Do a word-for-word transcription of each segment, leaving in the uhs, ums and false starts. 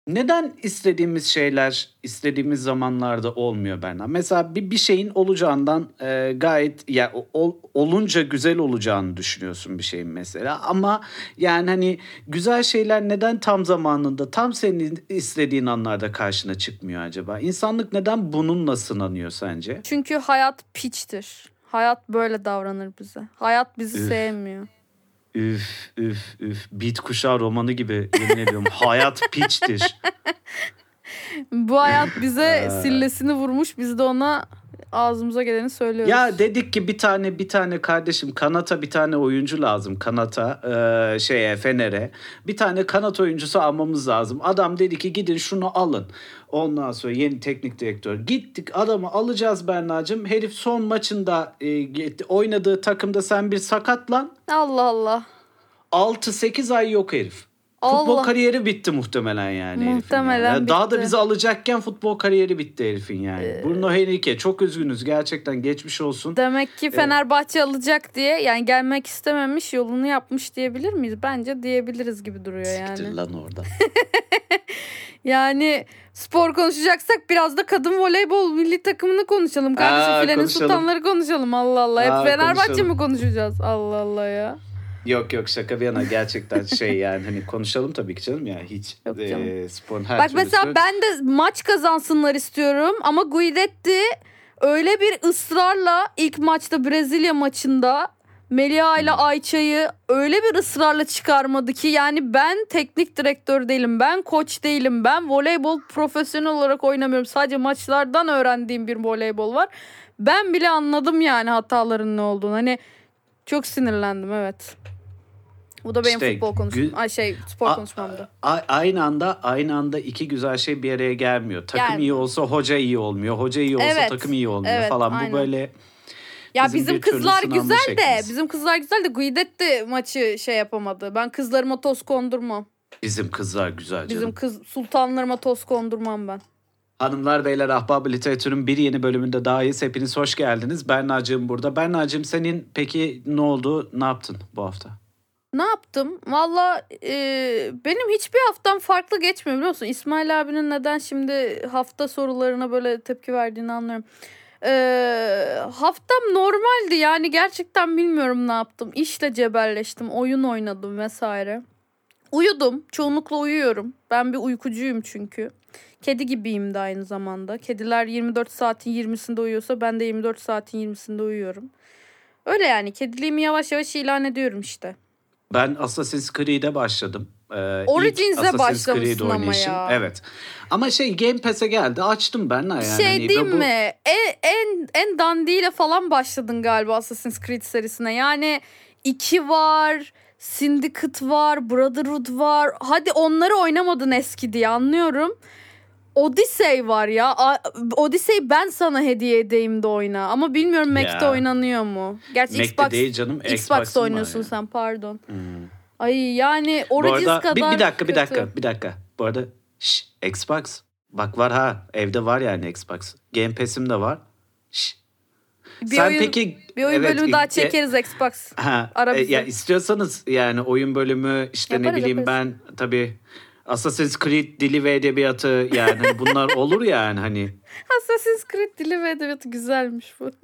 Neden istediğimiz şeyler istediğimiz zamanlarda olmuyor Berna? Mesela bir, bir şeyin olacağından e, gayet ya ol- olunca güzel olacağını düşünüyorsun bir şeyin mesela. Ama yani hani güzel şeyler neden tam zamanında, tam senin istediğin anlarda karşına çıkmıyor acaba? İnsanlık neden bununla sınanıyor sence? Çünkü hayat piçtir. Hayat böyle davranır bize. Hayat bizi Üf. sevmiyor. Üf üf üf. Beat Kuşağı romanı gibi yemin ediyorum. Hayat piçtir. Bu hayat bize Ee, sillesini vurmuş. Biz de ona ağzımıza geleni söylüyoruz. Ya dedik ki bir tane bir tane kardeşim kanata bir tane oyuncu lazım. Kanata e, şeye Fener'e. Bir tane kanat oyuncusu almamız lazım. Adam dedi ki gidin şunu alın. Ondan sonra yeni teknik direktör. Gittik adamı alacağız Berna'cığım. Herif son maçında e, gitti. Oynadığı takımda sen bir sakatlan. Allah Allah. altı sekiz ay yok herif. Futbol Allah. kariyeri bitti muhtemelen yani Muhtemelen herifin yani. Daha da bitti. bizi alacakken futbol kariyeri bitti herifin yani. Ee... Bruno Henrique çok üzgünüz gerçekten geçmiş olsun. Demek ki Fenerbahçe ee... alacak diye yani gelmek istememiş yolunu yapmış diyebilir miyiz? Bence diyebiliriz gibi duruyor yani. Siktir lan oradan. Yani spor konuşacaksak biraz da kadın voleybol milli takımını konuşalım. Kardeşim filenin sultanları konuşalım Allah Allah. Hep Aa, Fenerbahçe konuşalım. Mi konuşacağız? Allah Allah ya. Yok yok şaka bir yana gerçekten şey yani hani konuşalım tabii ki canım ya hiç e, sporun her Bak türlüsü. mesela ben de maç kazansınlar istiyorum ama Guidetti öyle bir ısrarla ilk maçta Brezilya maçında Melia ile Ayça'yı öyle bir ısrarla çıkarmadı ki yani ben teknik direktör değilim, ben koç değilim, ben voleybol profesyonel olarak oynamıyorum. Sadece maçlardan öğrendiğim bir voleybol var. Ben bile anladım yani hataların ne olduğunu. Hani çok sinirlendim evet. Bu da benim işte, futbol konuşmam. Gü- Ay şey spor a- konuşmamdı. A- aynı anda aynı anda iki güzel şey bir araya gelmiyor. Takım gelmiyor. iyi olsa hoca iyi olmuyor. Hoca iyi olsa evet, takım iyi olmuyor evet, falan. Aynen. Bu böyle ya bizim, bizim kızlar güzel şeklimiz. de bizim kızlar güzel de Guidetti maçı şey yapamadı. Ben kızlarıma toz kondurmam. Bizim kızlar güzel canım. Bizim kız sultanlarıma toz kondurmam ben. Hanımlar beyler Ahbap Literatür'ün bir yeni bölümünde dahiyiz. Hepiniz hoş geldiniz. Berna'cığım burada. Berna'cığım senin peki ne oldu? Ne yaptın bu hafta? Ne yaptım? Valla e, benim hiçbir haftam farklı geçmiyor biliyor musun? İsmail abinin neden şimdi hafta sorularına böyle tepki verdiğini anlıyorum. E, haftam normaldi yani gerçekten bilmiyorum ne yaptım. İşle cebelleştim, oyun oynadım vesaire. Uyudum, çoğunlukla uyuyorum. Ben bir uykucuyum çünkü. Kedi gibiyim de aynı zamanda. Kediler yirmi dört saatin yirmisinde uyuyorsa ben de yirmi dört saatin yirmisinde uyuyorum. Öyle yani kediliğimi yavaş yavaş ilan ediyorum işte. Ben Assassin's Creed'e başladım. Ee, Origins'e başlamışsın ama ya. Evet. Ama şey Game Pass'e geldi. Açtım ben yani. Şey hani değil bu... mi? En, en, en dandiyle falan başladın galiba Assassin's Creed serisine. Yani iki var, Syndicate var, Brotherhood var. Hadi onları oynamadın eski diye anlıyorum. Odyssey var ya. Odyssey ben sana hediye edeyim de oyna. Ama bilmiyorum Mac'te oynanıyor mu? Gerçi Mac'te Xbox, değil canım. Xbox'ta oynuyorsun yani. Sen pardon. Hmm. Ay yani Origins arada, kadar bir, bir dakika kötü. bir dakika bir dakika. Bu arada şş, Xbox bak var ha evde var yani Xbox. Game Pass'im de var. Şş. Bir Sen oyun, peki bir oyun evet, bölümü daha çekeriz e, Xbox. Ha, Ara bizi. E, ya istiyorsanız yani oyun bölümü işte yaparız, ne bileyim yaparız. Ben tabii Assassin's Creed dili ve edebiyatı yani bunlar olur yani hani. Assassin's Creed dili ve edebiyatı güzelmiş bu.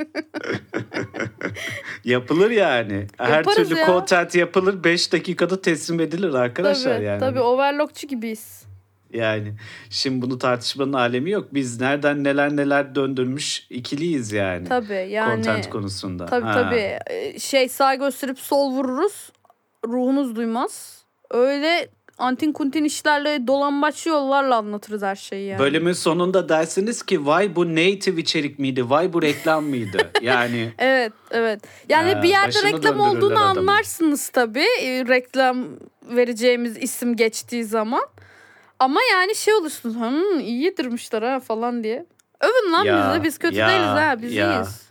Yapılır yani. Her yaparız türlü ya. Content yapılır. beş dakikada teslim edilir arkadaşlar tabii, yani. Tabii overlockçu gibiyiz. Yani şimdi bunu tartışmanın alemi yok. Biz nereden neler neler döndürmüş ikiliyiz yani. Tabii yani. Content konusunda. Tabii ha. tabii. Şey sağ gösterip sol vururuz. Ruhunuz duymaz. Öyle antin kuntin işlerle dolambaç yollarla anlatırız her şeyi yani. Bölümün sonunda dersiniz ki vay bu native içerik miydi? Vay bu reklam mıydı? Yani. evet evet. Yani ee, bir yerde reklam olduğunu adamı. Anlarsınız tabii. Reklam vereceğimiz isim geçtiği zaman. Ama yani şey olursunuz. Hmm, iyi yedirmişler ha falan diye. Övün lan ya, bizi. Biz kötü ya, değiliz ha. Biz ya. iyiyiz.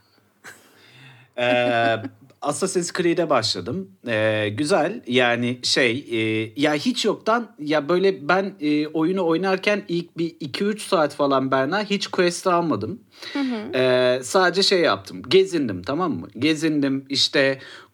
Eee Assassin's Creed'e başladım. Ee, güzel yani şey e, ya hiç yoktan ya böyle ben e, oyunu oynarken ilk bir iki üç saat falan Berna hiç quest almadım. Hı hı. Ee, sadece şey yaptım gezindim tamam mı? Gezindim işte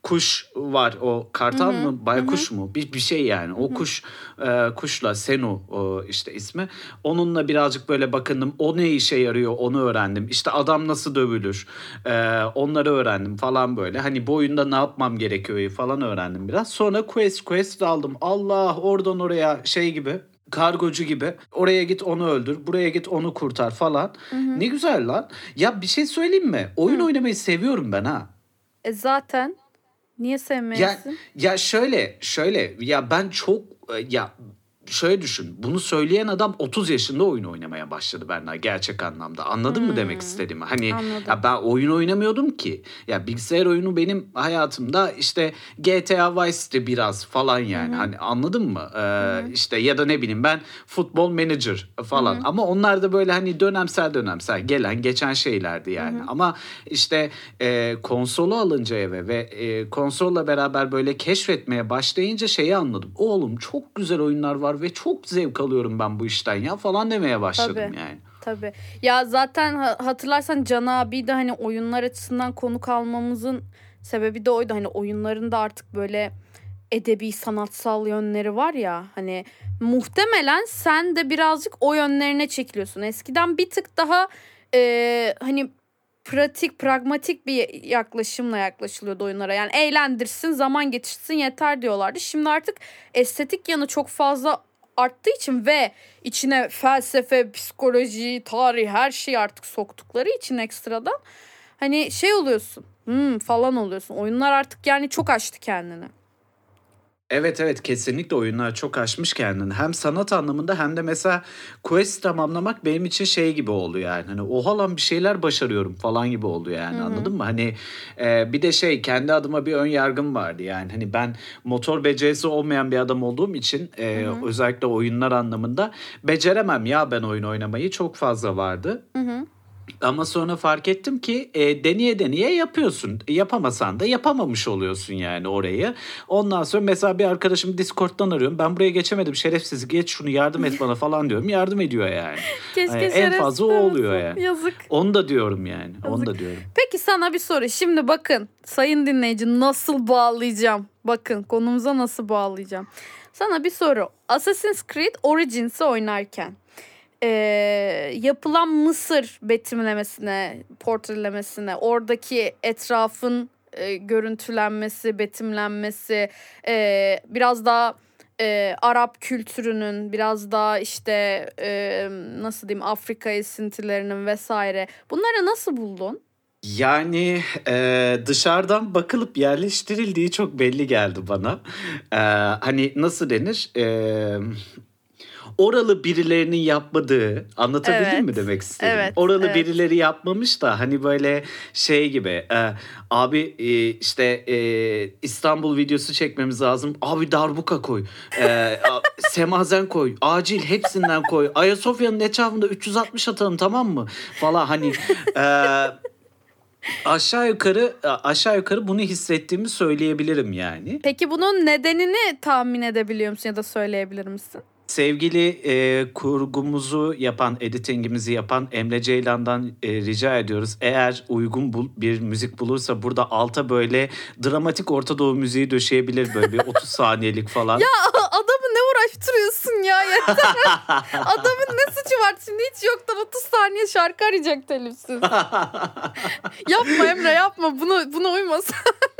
kuş var. O kartal Hı hı. mı? Baykuş mu? Bir, bir şey yani. O kuş e, kuşla Senu o işte ismi. Onunla birazcık böyle bakındım. O ne işe yarıyor onu öğrendim. İşte adam nasıl dövülür. E, onları öğrendim falan böyle. Hani bu oyunda ne yapmam gerekiyor falan öğrendim biraz. Sonra quest quest aldım. Allah oradan oraya şey gibi. Kargocu gibi. Oraya git onu öldür. Buraya git onu kurtar falan. Hı hı. Ne güzel lan. Ya bir şey söyleyeyim mi? Oyun Hı. oynamayı seviyorum ben ha. E zaten niye Ya sevmeyesin? ya şöyle şöyle ya ben çok e, ya şöyle düşün. Bunu söyleyen adam otuz yaşında oyun oynamaya başladı Berna gerçek anlamda. Anladın mı demek Hmm, istediğimi? Hani anladım. ya ben oyun oynamıyordum ki. Ya bilgisayar oyunu benim hayatımda işte G T A Vice City biraz falan yani. Hı hı. Hani anladın mı? Ee, Hı hı. işte ya da ne bileyim ben Football Manager Hı falan. hı. Ama onlar da böyle hani dönemsel dönemsel gelen geçen şeylerdi Hı yani. hı. Ama işte e, konsolu alınca eve ve e, konsolla beraber böyle keşfetmeye başlayınca şeyi anladım. Oğlum çok güzel oyunlar var ve çok zevk alıyorum ben bu işten ya falan demeye başladım Tabii. yani. Tabii. Ya zaten ha- hatırlarsan Can abi de hani oyunlar açısından konuk almamızın sebebi de oydu. Hani oyunların da artık böyle edebi sanatsal yönleri var ya, hani muhtemelen sen de birazcık o yönlerine çekiliyorsun. Eskiden bir tık daha e, hani pratik, pragmatik bir yaklaşımla yaklaşılıyordu oyunlara. Yani eğlendirsin, zaman geçirsin yeter diyorlardı. Şimdi artık estetik yanı çok fazla arttığı için ve içine felsefe, psikoloji, tarih her şeyi artık soktukları için ekstradan hani şey oluyorsun. Hmm, falan oluyorsun. Oyunlar artık yani çok açtı kendini. Evet evet kesinlikle oyunlar çok aşmış kendini. Hem sanat anlamında hem de mesela quest tamamlamak benim için şey gibi oluyor yani. Hani oha lan bir şeyler başarıyorum falan gibi oluyor Hı yani hı. anladın mı? Hani e, bir de şey kendi adıma bir ön yargım vardı yani. Hani ben motor becerisi olmayan bir adam olduğum için Hı e, hı. özellikle oyunlar anlamında beceremem ya ben oyun oynamayı çok fazla vardı. Hı hı. Ama sonra fark ettim ki e, deneye deneye yapıyorsun. Yapamasan da yapamamış oluyorsun yani orayı. Ondan sonra mesela bir arkadaşım Discord'dan arıyorum. Ben buraya geçemedim şerefsiz geç şunu yardım et bana falan diyorum. Yardım ediyor yani. Hani Keşke en fazla şerefsiz o oluyor demesin. yani. Yazık. Onu da diyorum yani. Onu Yazık. da diyorum. Peki sana bir soru. Şimdi bakın sayın dinleyici, nasıl bağlayacağım? Bakın konumuza nasıl bağlayacağım. Sana bir soru. Assassin's Creed Origins'i oynarken e, yapılan Mısır betimlemesine, portrelemesine, oradaki etrafın e, görüntülenmesi, betimlenmesi, e, biraz daha e, Arap kültürünün, biraz daha işte e, nasıl diyeyim Afrika esintilerinin vesaire. Bunları nasıl buldun? Yani e, dışarıdan bakılıp yerleştirildiği çok belli geldi bana. E, hani nasıl denir? E, oralı birilerinin yapmadığı anlatabildim mi Evet. demek istediğimi? Evet. Oralı Evet. birileri yapmamış da hani böyle şey gibi e, abi e, işte e, İstanbul videosu çekmemiz lazım. Abi darbuka koy. E, a- semazen koy. Acil hepsinden koy. Ayasofya'nın etrafında üç yüz altmış atalım tamam mı? Falan hani e, aşağı yukarı aşağı yukarı bunu hissettiğimi söyleyebilirim yani. Peki bunun nedenini tahmin edebiliyor musun ya da söyleyebilir misin? Sevgili e, kurgumuzu yapan, editingimizi yapan Emre Ceylan'dan e, rica ediyoruz. Eğer uygun bul- bir müzik bulursa burada alta böyle dramatik Orta Doğu müziği döşeyebilir böyle bir otuz saniyelik falan. Ya adamı ne uğraştırıyorsun ya? Yeter. Adamın ne suçu var şimdi, hiç yoktan otuz saniye şarkı arayacak telifsiz. Yapma Emre, yapma, bunu buna uymasın.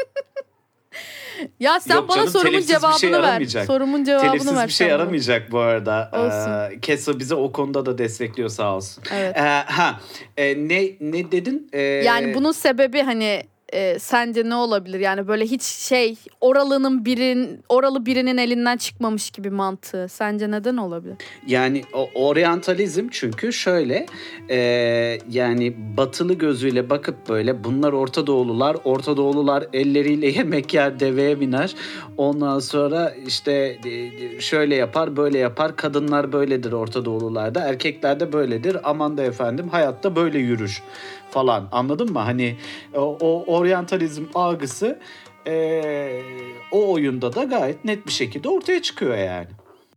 Ya sen Yok bana canım sorumun telifsiz bir cevabını şey ver. aramayacak. Sorumun cevabını Telifsiz ver bir şey sen bana. aramayacak bu arada. Olsun. Ee, Keso bize o konuda da destekliyor sağ olsun. Evet. Ee, ha e, ne ne dedin? Ee, Yani bunun sebebi hani e, sence ne olabilir? Yani böyle hiç şey oralının birin oralı birinin elinden çıkmamış gibi mantığı. Sence neden olabilir? Yani o oryantalizm çünkü şöyle e, yani batılı gözüyle bakıp böyle bunlar Orta Doğulular, Orta Doğulular elleriyle yemek yer deveye biner. Ondan sonra işte e, şöyle yapar böyle yapar kadınlar böyledir Orta Doğulularda erkekler de böyledir aman da efendim hayatta böyle yürür falan anladın mı? Hani o, o oryantalizm algısı e, o oyunda da gayet net bir şekilde ortaya çıkıyor yani.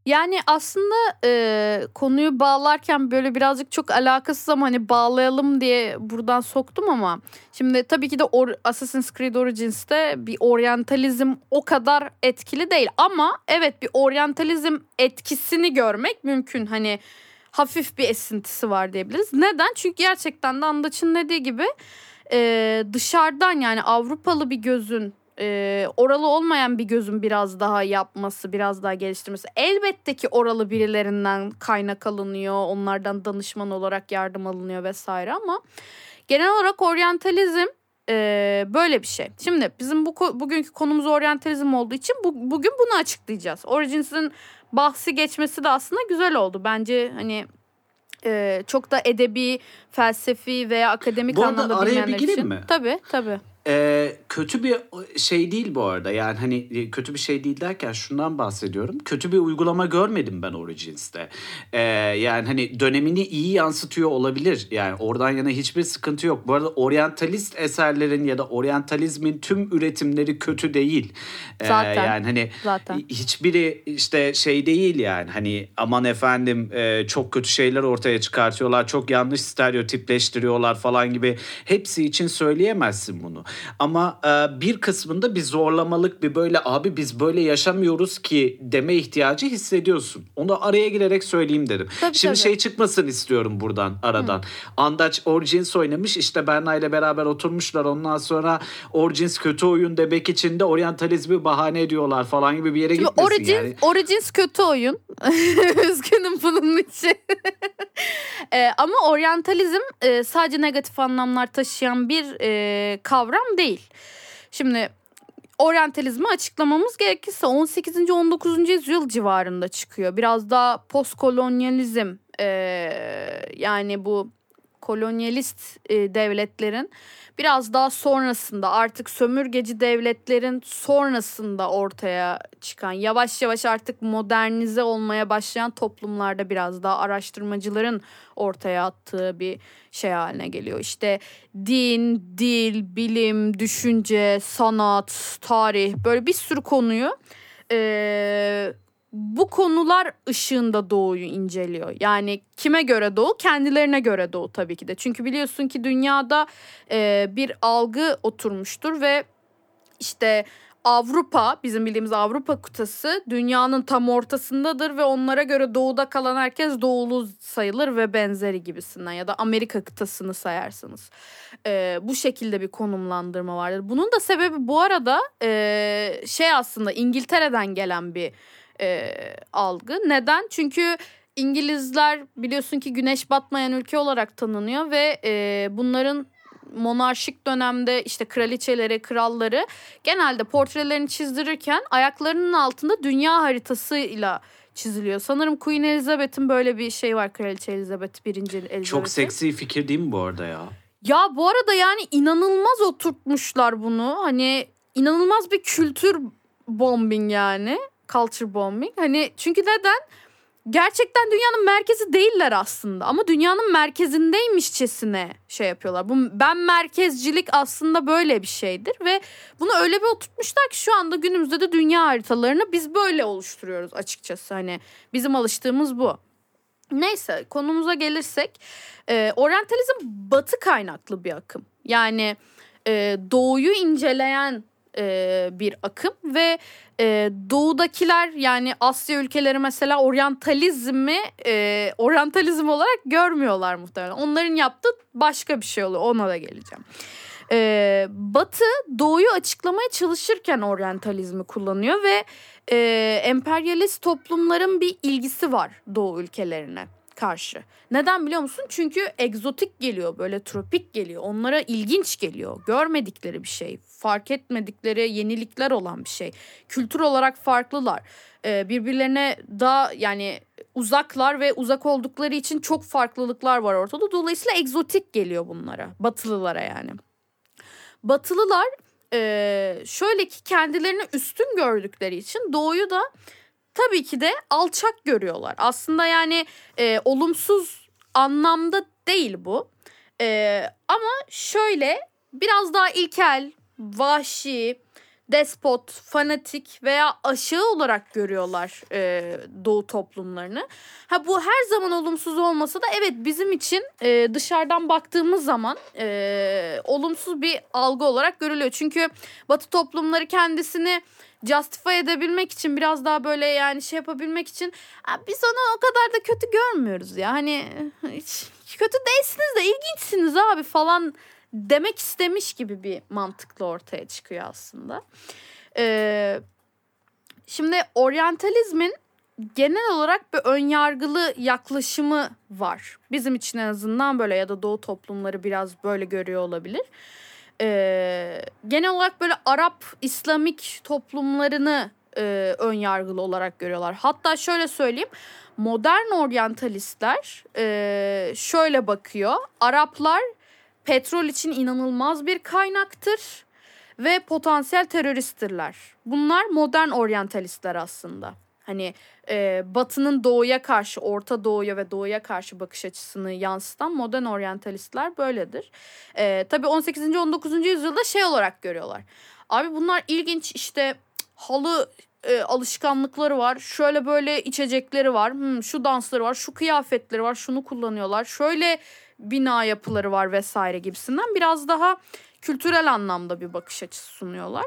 Yani aslında e, konuyu bağlarken böyle birazcık çok alakasız ama hani bağlayalım diye buradan soktum ama şimdi tabii ki de Or- Assassin's Creed Origins'te bir oryantalizm o kadar etkili değil ama evet bir oryantalizm etkisini görmek mümkün. Hani hafif bir esintisi var diyebiliriz. Neden? Çünkü gerçekten de Andaç'ın dediği gibi e, dışarıdan yani Avrupalı bir gözün e, oralı olmayan bir gözün biraz daha yapması, biraz daha geliştirmesi. Elbette ki oralı birilerinden kaynak alınıyor, onlardan danışman olarak yardım alınıyor vesaire ama genel olarak oryantalizm e, böyle bir şey. Şimdi bizim bu bugünkü konumuz oryantalizm olduğu için bu, bugün bunu açıklayacağız. Origins'in bahsi geçmesi de aslında güzel oldu. Bence hani e, çok da edebi, felsefi veya akademik bu anlamda arada araya bir bilmeyenler gireyim için. mi? Tabii tabii. Ee, kötü bir şey değil bu arada. Yani hani kötü bir şey değil derken şundan bahsediyorum. Kötü bir uygulama görmedim ben Origins'te. Ee, yani hani dönemini iyi yansıtıyor olabilir. Yani oradan yana hiçbir sıkıntı yok. Bu arada oryantalist eserlerin ya da oryantalizmin tüm üretimleri kötü değil. Ee, Zaten. Yani hani Zaten. hiçbiri işte şey değil yani. Hani aman efendim e, çok kötü şeyler ortaya çıkartıyorlar. Çok yanlış stereotipleştiriyorlar falan gibi. Hepsi için söyleyemezsin bunu. Ama e, bir kısmında bir zorlamalık, bir böyle abi biz böyle yaşamıyoruz ki deme ihtiyacı hissediyorsun. Onu araya girerek söyleyeyim dedim. Tabii, Şimdi tabii. şey çıkmasın istiyorum buradan aradan. Hı. Andaç Origins oynamış, işte Berna ile beraber oturmuşlar, ondan sonra Origins kötü oyun demek için de oryantalizmi bahane ediyorlar falan gibi bir yere Şimdi gitmesin Origins, yani. Origins kötü oyun. Üzgünüm bunun için. e, ama oryantalizm e, sadece negatif anlamlar taşıyan bir e, kavram değil. Şimdi oryantalizmi açıklamamız gerekirse on sekizinci on dokuzuncu yüzyıl civarında çıkıyor. Biraz daha postkolonyalizm e, yani bu kolonyalist e, devletlerin biraz daha sonrasında, artık sömürgeci devletlerin sonrasında ortaya çıkan, yavaş yavaş artık modernize olmaya başlayan toplumlarda biraz daha araştırmacıların ortaya attığı bir şey haline geliyor. İşte din, dil, bilim, düşünce, sanat, tarih, böyle bir sürü konuyu e, bu konular ışığında doğuyu inceliyor. Yani kime göre doğu? Kendilerine göre doğu tabii ki de. Çünkü biliyorsun ki dünyada e, bir algı oturmuştur ve işte Avrupa, bizim bildiğimiz Avrupa kıtası dünyanın tam ortasındadır ve onlara göre doğuda kalan herkes doğulu sayılır ve benzeri gibisinden, ya da Amerika kıtasını sayarsınız. Ee, bu şekilde bir konumlandırma vardır. Bunun da sebebi bu arada e, şey aslında İngiltere'den gelen bir e, algı. Neden? Çünkü İngilizler biliyorsun ki güneş batmayan ülke olarak tanınıyor ve e, bunların monarşik dönemde işte kraliçeleri, kralları genelde portrelerini çizdirirken ayaklarının altında dünya haritasıyla çiziliyor. Sanırım Queen Elizabeth'in böyle bir şey var, Kraliçe Elizabeth, birinci Elizabeth'in. Çok seksi fikir değil mi bu arada ya? Ya bu arada yani inanılmaz oturtmuşlar bunu. Hani inanılmaz bir kültür bombing yani. Culture bombing. Hani çünkü neden? Gerçekten dünyanın merkezi değiller aslında ama dünyanın merkezindeymişçesine şey yapıyorlar. Bu ben merkezcilik aslında böyle bir şeydir ve bunu öyle bir oturtmuşlar ki şu anda günümüzde de dünya haritalarını biz böyle oluşturuyoruz açıkçası. Hani bizim alıştığımız bu. Neyse, konumuza gelirsek e, oryantalizm batı kaynaklı bir akım. Yani e, doğuyu inceleyen e, bir akım ve e, doğudakiler, yani Asya ülkeleri mesela oryantalizmi e, oryantalizm olarak görmüyorlar muhtemelen. Onların yaptığı başka bir şey oluyor, ona da geleceğim. E, Batı doğuyu açıklamaya çalışırken oryantalizmi kullanıyor ve e, emperyalist toplumların bir ilgisi var doğu ülkelerine karşı. Neden biliyor musun? Çünkü egzotik geliyor, böyle tropik geliyor. Onlara ilginç geliyor. Görmedikleri bir şey, fark etmedikleri yenilikler olan bir şey. Kültür olarak farklılar. Ee, birbirlerine daha yani uzaklar ve uzak oldukları için çok farklılıklar var ortada. Dolayısıyla egzotik geliyor bunlara, Batılılara yani. Batılılar e, şöyle ki kendilerini üstün gördükleri için doğuyu da tabii ki de alçak görüyorlar. Aslında yani e, olumsuz anlamda değil bu. E, ama şöyle biraz daha ilkel, vahşi, despot, fanatik veya aşağı olarak görüyorlar e, Doğu toplumlarını. Ha bu her zaman olumsuz olmasa da evet bizim için e, dışarıdan baktığımız zaman e, olumsuz bir algı olarak görülüyor. Çünkü Batı toplumları kendisini justify edebilmek için biraz daha böyle yani şey yapabilmek için biz onu o kadar da kötü görmüyoruz ya. Hani hiç kötü değilsiniz de ilginçsiniz abi falan demek istemiş gibi bir mantıkla ortaya çıkıyor aslında. Ee, şimdi oryantalizmin genel olarak bir önyargılı yaklaşımı var. Bizim için en azından böyle ya da Doğu toplumları biraz böyle görüyor olabilir. Ee, genel olarak böyle Arap, İslamik toplumlarını e, önyargılı olarak görüyorlar. Hatta şöyle söyleyeyim, modern oryantalistler e, şöyle bakıyor. Araplar petrol için inanılmaz bir kaynaktır ve potansiyel teröristtirler. Bunlar modern oryantalistler aslında. Hani e, Batı'nın Doğu'ya karşı, Orta Doğu'ya ve Doğu'ya karşı bakış açısını yansıtan modern oryantalistler böyledir. E, tabii on sekizinci on dokuzuncu yüzyılda şey olarak görüyorlar. Abi bunlar ilginç, işte halı e, alışkanlıkları var. Şöyle böyle içecekleri var. Hmm, şu dansları var, şu kıyafetleri var, şunu kullanıyorlar. Şöyle bina yapıları var vesaire gibisinden biraz daha kültürel anlamda bir bakış açısı sunuyorlar.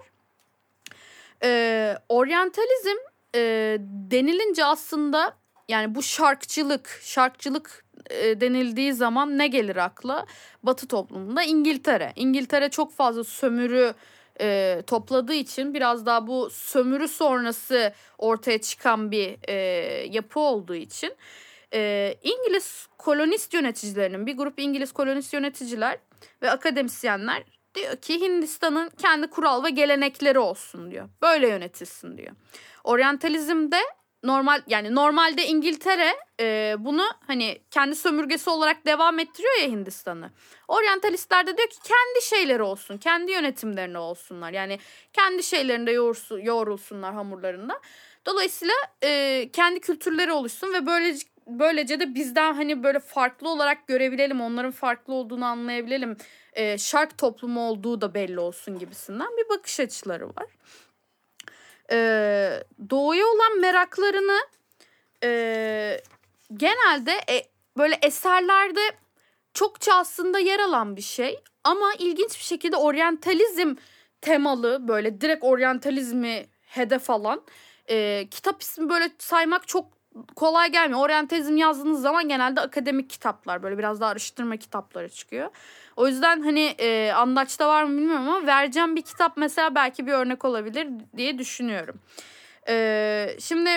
E, oryantalizm e, denilince aslında yani bu şarkçılık, şarkçılık e, denildiği zaman ne gelir akla? Batı toplumunda İngiltere. İngiltere çok fazla sömürü e, topladığı için biraz daha bu sömürü sonrası ortaya çıkan bir e, yapı olduğu için e, İngiliz kolonist yöneticilerinin, bir grup İngiliz kolonist yöneticiler ve akademisyenler diyor ki Hindistan'ın kendi kural ve gelenekleri olsun diyor. Böyle yönetilsin diyor. Oryantalizmde normal yani normalde İngiltere e, bunu hani kendi sömürgesi olarak devam ettiriyor ya Hindistan'ı. Oryantalistler de diyor ki kendi şeyleri olsun, kendi yönetimlerine olsunlar. Yani kendi şeylerinde yoğursu, yoğrulsunlar hamurlarında. Dolayısıyla e, kendi kültürleri oluşsun ve böylece böylece de bizden hani böyle farklı olarak görebilelim, onların farklı olduğunu anlayabilelim. E, şark toplumu olduğu da belli olsun gibisinden bir bakış açıları var. Ee, doğuya olan meraklarını e, genelde e, böyle eserlerde çokça aslında yer alan bir şey. Ama ilginç bir şekilde oryantalizm temalı böyle direkt oryantalizmi hedef alan e, kitap ismi böyle saymak çok kolay gelmiyor. Oryantalizm yazdığınız zaman genelde akademik kitaplar böyle biraz daha araştırma kitapları çıkıyor. O yüzden hani e, Andaç'ta var mı bilmiyorum ama vereceğim bir kitap mesela belki bir örnek olabilir diye düşünüyorum. E, şimdi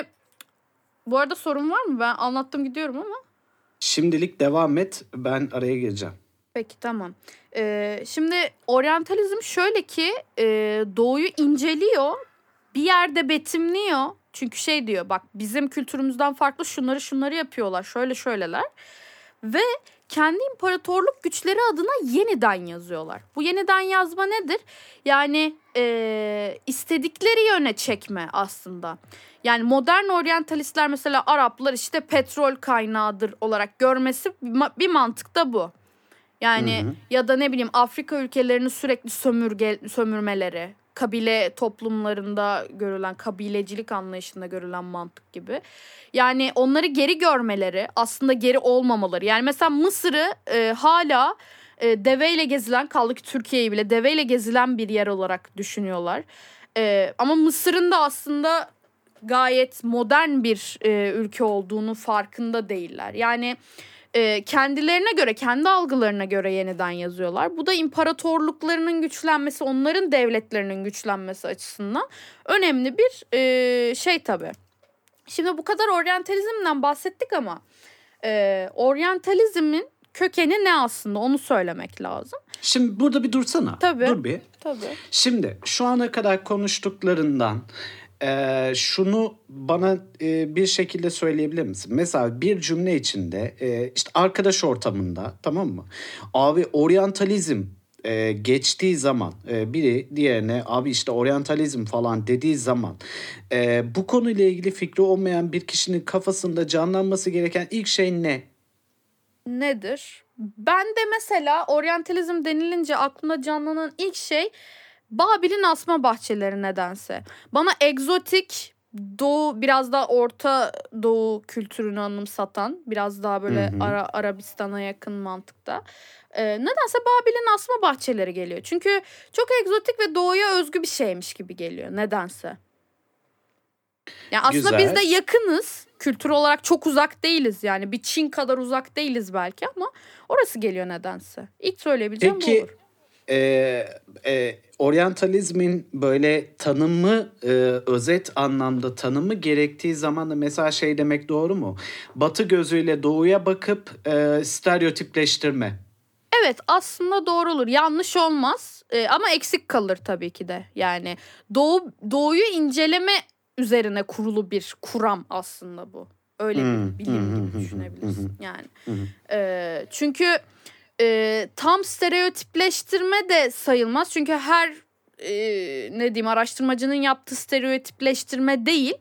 bu arada sorun var mı? Ben anlattım gidiyorum ama. Şimdilik devam et, ben araya gireceğim. Peki tamam. E, şimdi oryantalizm şöyle ki e, doğuyu inceliyor, bir yerde betimliyor. Çünkü şey diyor bak bizim kültürümüzden farklı şunları şunları yapıyorlar şöyle şöyleler ve kendi imparatorluk güçleri adına yeniden yazıyorlar. Bu yeniden yazma nedir? Yani e, istedikleri yöne çekme aslında. Yani modern oryantalistler mesela Araplar işte petrol kaynağıdır olarak görmesi bir mantıkta bu. Yani hı hı. Ya da ne bileyim Afrika ülkelerini sürekli sömürge, sömürmeleri, kabile toplumlarında görülen, kabilecilik anlayışında görülen mantık gibi. Yani onları geri görmeleri, aslında geri olmamaları. Yani mesela Mısır'ı e, hala e, deveyle gezilen, kaldı ki Türkiye'yi bile deveyle gezilen bir yer olarak düşünüyorlar. E, ama Mısır'ın da aslında gayet modern bir e, ülke olduğunu farkında değiller. Yani kendilerine göre, kendi algılarına göre yeniden yazıyorlar. Bu da imparatorluklarının güçlenmesi, onların devletlerinin güçlenmesi açısından önemli bir e, şey tabii. Şimdi bu kadar oryantalizmden bahsettik ama e, oryantalizmin kökeni ne aslında onu söylemek lazım. Şimdi burada bir dursana. Tabii. Dur bir. Tabii. Şimdi şu ana kadar konuştuklarından Ee, şunu bana e, bir şekilde söyleyebilir misin? Mesela bir cümle içinde e, işte arkadaş ortamında, tamam mı? Abi oryantalizm e, geçtiği zaman e, biri diğerine abi işte oryantalizm falan dediği zaman e, bu konuyla ilgili fikri olmayan bir kişinin kafasında canlanması gereken ilk şey ne? Nedir? Ben de mesela oryantalizm denilince aklımda canlanan ilk şey Babil'in asma bahçeleri nedense. Bana egzotik doğu, biraz daha Orta Doğu kültürünü anımsatan, biraz daha böyle Hı hı. Ara, Arabistan'a yakın mantıkta. Ee, nedense Babil'in asma bahçeleri geliyor. Çünkü çok egzotik ve doğuya özgü bir şeymiş gibi geliyor nedense. Yani aslında biz Güzel. de yakınız. Kültür olarak çok uzak değiliz yani. Bir Çin kadar uzak değiliz belki ama orası geliyor nedense. İlk söyleyebileceğim bu Peki olur. e, e, oryantalizmin böyle tanımı, e, özet anlamda tanımı gerektiği zaman da mesela şey demek doğru mu? Batı gözüyle doğuya bakıp e, stereotipleştirme. Evet, aslında doğru olur. Yanlış olmaz. Ee, ama eksik kalır tabii ki de. Yani doğu doğuyu inceleme üzerine kurulu bir kuram aslında bu. Öyle Hmm. bir bilim Hı hı gibi hı hı düşünebilirsin yani. hı hı. Ee, çünkü e, tam stereotipleştirme de sayılmaz. Çünkü her e, ne diyeyim araştırmacının yaptığı stereotipleştirme değil.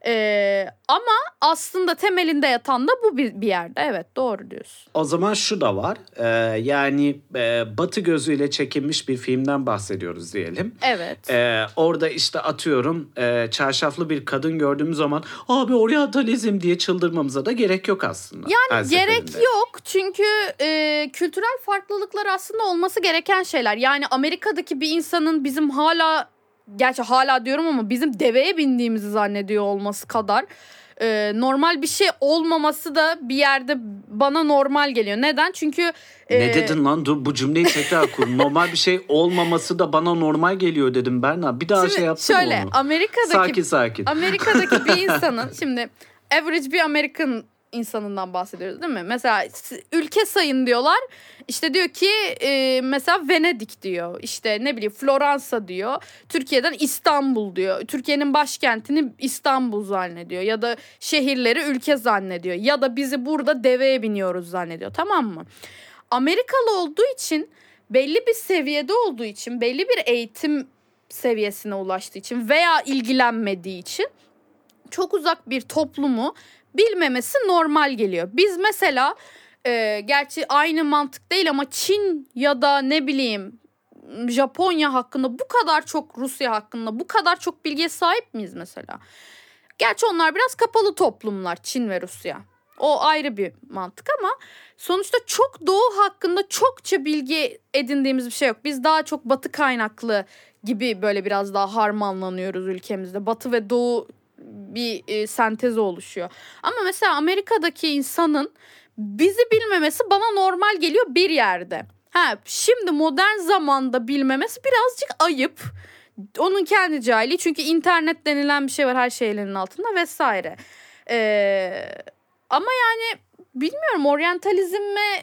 Ee, ama aslında temelinde yatan da bu bir, bir yerde. Evet, doğru diyorsun. O zaman şu da var. Ee, yani e, Batı gözüyle çekilmiş bir filmden bahsediyoruz diyelim. Evet. Ee, orada işte atıyorum e, çarşaflı bir kadın gördüğümüz zaman abi oryantalizm diye çıldırmamıza da gerek yok aslında. Yani her gerek seferinde. yok çünkü e, kültürel farklılıklar aslında olması gereken şeyler. Yani Amerika'daki bir insanın bizim hala, gerçi hala diyorum ama bizim deveye bindiğimizi zannediyor olması kadar e, normal bir şey olmaması da bir yerde bana normal geliyor. Neden? Çünkü e, Ne dedin lan? Dur bu cümleyi tekrar kur. Normal bir şey olmaması da bana normal geliyor dedim Berna. Bir daha şimdi şey yapsana şöyle onu. Amerika'daki Sakin sakin. Amerika'daki bir insanın şimdi average bir Amerikan insanından bahsediyoruz değil mi? Mesela ülke sayın diyorlar. İşte diyor ki e, mesela Venedik diyor. İşte ne bileyim Floransa diyor. Türkiye'den İstanbul diyor. Türkiye'nin başkentini İstanbul zannediyor. Ya da şehirleri ülke zannediyor. Ya da bizi burada deveye biniyoruz zannediyor. Tamam mı? Amerikalı olduğu için, belli bir seviyede olduğu için, belli bir eğitim seviyesine ulaştığı için veya ilgilenmediği için çok uzak bir toplumu bilmemesi normal geliyor. Biz mesela e, gerçi aynı mantık değil ama Çin ya da ne bileyim Japonya hakkında bu kadar çok, Rusya hakkında bu kadar çok bilgiye sahip miyiz mesela? Gerçi onlar biraz kapalı toplumlar, Çin ve Rusya. O ayrı bir mantık ama sonuçta çok doğu hakkında çokça bilgi edindiğimiz bir şey yok. Biz daha çok batı kaynaklı gibi böyle biraz daha harmanlanıyoruz ülkemizde. Batı ve doğu bir e, sentezi oluşuyor. Ama mesela Amerika'daki insanın bizi bilmemesi bana normal geliyor bir yerde. Ha, şimdi modern zamanda bilmemesi birazcık ayıp. Onun kendi cahili, çünkü internet denilen bir şey var her şeylerin altında vesaire. Ee, ama yani bilmiyorum, oryantalizme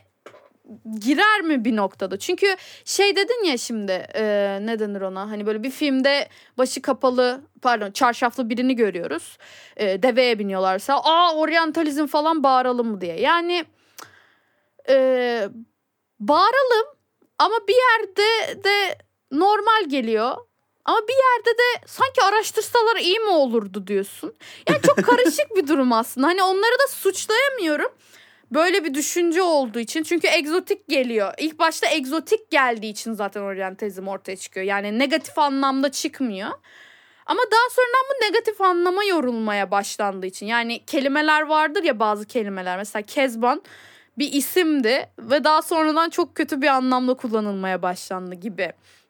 girer mi bir noktada? Çünkü şey dedin ya şimdi e, ne denir ona? Hani böyle bir filmde başı kapalı, pardon çarşaflı birini görüyoruz. E, deveye biniyorlarsa aa oryantalizm falan bağıralım mı diye. Yani e, bağıralım ama bir yerde de normal geliyor. Ama bir yerde de sanki araştırsalar iyi mi olurdu diyorsun. Yani çok karışık bir durum aslında. Hani onları da suçlayamıyorum. Böyle bir düşünce olduğu için. Çünkü egzotik geliyor. İlk başta egzotik geldiği için zaten oryantalizm ortaya çıkıyor. Yani negatif anlamda çıkmıyor. Ama daha sonradan bu negatif anlama yorulmaya başlandığı için. Yani kelimeler vardır ya, bazı kelimeler. Mesela Kezban bir isimdi ve daha sonradan çok kötü bir anlamda kullanılmaya başlandı gibi.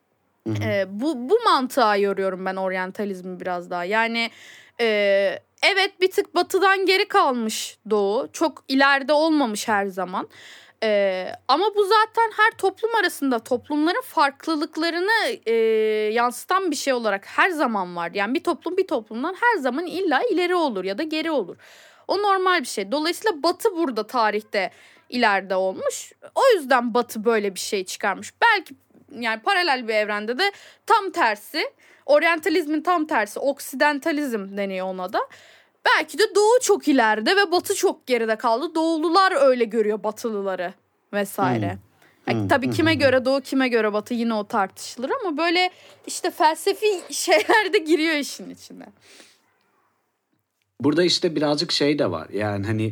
Ee, bu, bu mantığa yoruyorum ben oryantalizmi biraz daha. Yani e, evet bir tık batıdan geri kalmış doğu. Çok ileride olmamış her zaman. Ee, ama bu zaten her toplum arasında toplumların farklılıklarını e, yansıtan bir şey olarak her zaman var. Yani bir toplum bir toplumdan her zaman illa ileri olur ya da geri olur. O normal bir şey. Dolayısıyla Batı burada tarihte ileride olmuş. O yüzden Batı böyle bir şey çıkarmış. Belki yani paralel bir evrende de tam tersi, oryantalizmin tam tersi, oksidentalizm deniyor ona da. Belki de Doğu çok ileride ve Batı çok geride kaldı. Doğulular öyle görüyor Batılıları vesaire. Hmm. Yani tabii kime göre Doğu, kime göre Batı yine o tartışılır ama böyle işte felsefi şeyler de giriyor işin içine. Burada işte birazcık şey de var. Yani hani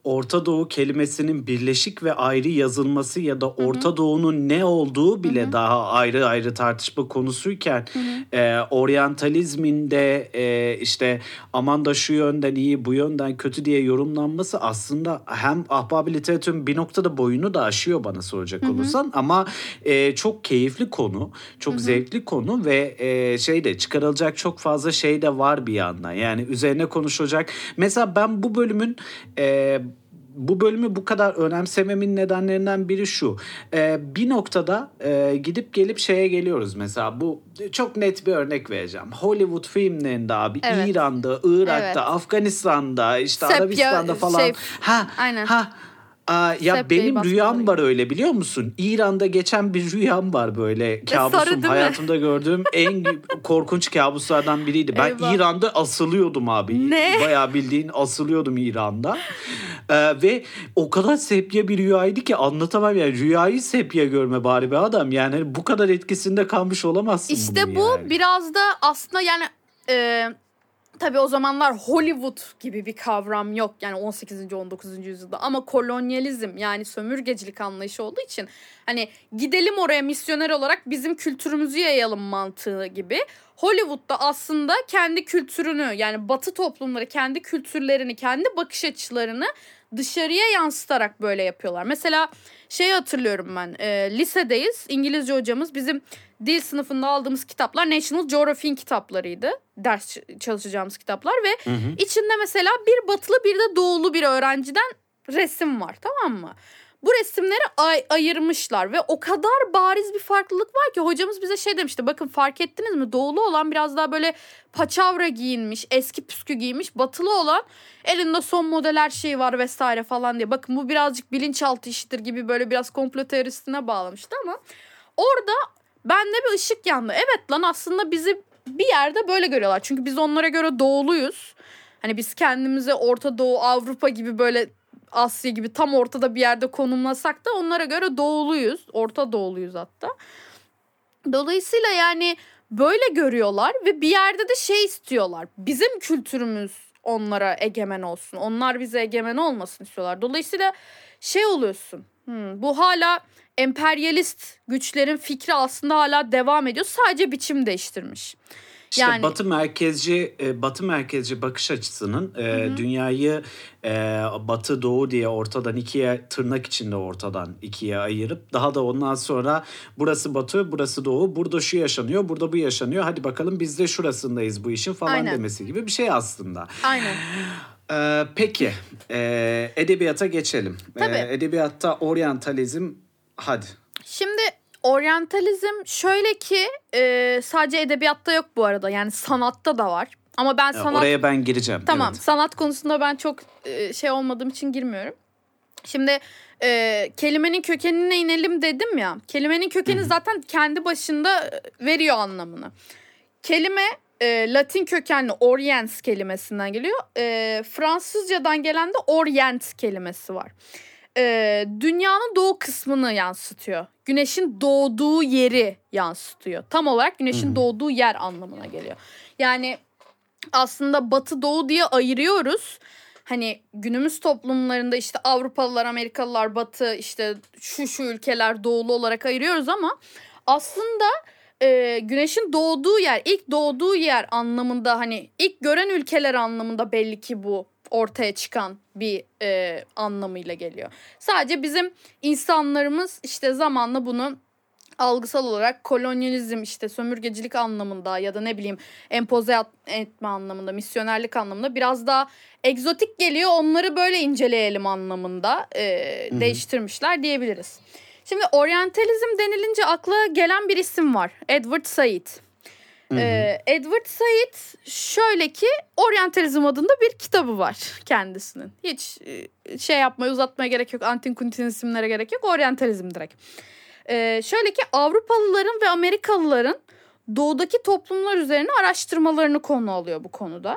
Orta Doğu kelimesinin birleşik ve ayrı yazılması ya da Orta Doğu'nun ne olduğu bile hı hı. daha ayrı ayrı tartışma konusuyken hı hı. E, oryantalizmin de e, işte aman da şu yönden iyi bu yönden kötü diye yorumlanması aslında hem ahbab-ı literatürün bir noktada boyunu da aşıyor bana soracak hı hı. olursan ama e, çok keyifli konu, çok hı hı. zevkli konu ve e, şey de çıkarılacak çok fazla şey de var bir yandan. Yani üzerine konuşulacak. Mesela ben bu bölümün e, bu bölümü bu kadar önemsememin nedenlerinden biri şu. Ee, bir noktada e, gidip gelip şeye geliyoruz. Mesela bu çok net bir örnek vereceğim. Hollywood filmlerinde abi evet. İran'da, Irak'ta, evet. Afganistan'da, işte Sepya, Arabistan'da falan. Şey, ha, aynen. ha. Aa, ya Sep benim rüyam var öyle biliyor musun? İran'da geçen bir rüyam var böyle. Kabusum hayatımda gördüğüm en korkunç kabuslardan biriydi. Ben Eyvah. İran'da asılıyordum abi. Ne? Bayağı bildiğin asılıyordum İran'da. Ee, ve o kadar sepya bir rüyaydı ki anlatamam yani. Rüyayı sepya görme bari be adam. Yani bu kadar etkisinde kalmış olamazsın İşte bu yani. Biraz da aslında yani... E... Tabii o zamanlar Hollywood gibi bir kavram yok. Yani on sekizinci on dokuzuncu yüzyılda ama kolonyalizm yani sömürgecilik anlayışı olduğu için hani gidelim oraya misyoner olarak bizim kültürümüzü yayalım mantığı gibi. Hollywood'da aslında kendi kültürünü yani Batı toplumları kendi kültürlerini, kendi bakış açılarını dışarıya yansıtarak böyle yapıyorlar. Mesela şeyi hatırlıyorum ben e, lisedeyiz İngilizce hocamız bizim dil sınıfında aldığımız kitaplar National Geographic'in kitaplarıydı. Ders çalışacağımız kitaplar ve hı hı. içinde mesela bir batılı bir de doğulu bir öğrenciden resim var, tamam mı? Bu resimleri ay- ayırmışlar ve o kadar bariz bir farklılık var ki hocamız bize şey demişti. Bakın fark ettiniz mi? Doğulu olan biraz daha böyle paçavra giyinmiş, eski püskü giymiş. Batılı olan elinde son model her şeyi var vesaire falan diye. Bakın bu birazcık bilinçaltı işidir gibi böyle biraz komplo teorisine bağlamıştı ama orada bende bir ışık yandı. Evet lan aslında bizi bir yerde böyle görüyorlar. Çünkü biz onlara göre doğuluyuz. Hani biz kendimizi Orta Doğu, Avrupa gibi böyle Asya gibi tam ortada bir yerde konumlasak da onlara göre doğuluyuz. Orta Doğuluyuz hatta. Dolayısıyla yani böyle görüyorlar ve bir yerde de şey istiyorlar. Bizim kültürümüz onlara egemen olsun. Onlar bize egemen olmasın istiyorlar. Dolayısıyla şey oluyorsun. Hmm, bu hala emperyalist güçlerin fikri aslında hala devam ediyor. Sadece biçim değiştirmiş. İşte yani, Batı merkezci Batı merkezci bakış açısının e, dünyayı e, Batı Doğu diye ortadan ikiye tırnak içinde ortadan ikiye ayırıp daha da ondan sonra burası Batı, burası Doğu, burada şu yaşanıyor, burada bu yaşanıyor. Hadi bakalım biz de şurasındayız bu işin falan aynen. demesi gibi bir şey aslında. Aynen. Ee, peki e, edebiyata geçelim. Tabii. Ee, edebiyatta oryantalizm hadi. Şimdi oryantalizm şöyle ki e, sadece edebiyatta yok bu arada yani sanatta da var. Ama ben sanat... Oraya ben gireceğim. Tamam evet. Sanat konusunda ben çok e, şey olmadığım için girmiyorum. Şimdi e, kelimenin kökenine inelim dedim ya. Kelimenin kökeni Hı-hı. zaten kendi başında veriyor anlamını. Kelime e, Latin kökenli oriens kelimesinden geliyor. E, Fransızcadan gelen de orient kelimesi var. Ee, dünyanın doğu kısmını yansıtıyor. Güneşin doğduğu yeri yansıtıyor. Tam olarak güneşin hmm. doğduğu yer anlamına geliyor. Yani aslında batı doğu diye ayırıyoruz. Hani günümüz toplumlarında işte Avrupalılar, Amerikalılar batı, işte şu şu ülkeler doğulu olarak ayırıyoruz ama aslında e, güneşin doğduğu yer, ilk doğduğu yer anlamında hani ilk gören ülkeler anlamında belli ki bu ortaya çıkan bir e, anlamıyla geliyor. Sadece bizim insanlarımız işte zamanla bunu algısal olarak kolonyalizm işte sömürgecilik anlamında ya da ne bileyim empoze etme anlamında, misyonerlik anlamında biraz daha egzotik geliyor. Onları böyle inceleyelim anlamında e, değiştirmişler diyebiliriz. Şimdi oryantalizm denilince akla gelen bir isim var. Edward Said. Ee, Edward Said şöyle ki oryantalizm adında bir kitabı var kendisinin. Hiç şey yapmaya uzatmaya gerek yok. Antin kuntin isimlere gerek yok. Oryantalizm direkt. Ee, şöyle ki Avrupalıların ve Amerikalıların doğudaki toplumlar üzerine araştırmalarını konu alıyor bu konuda.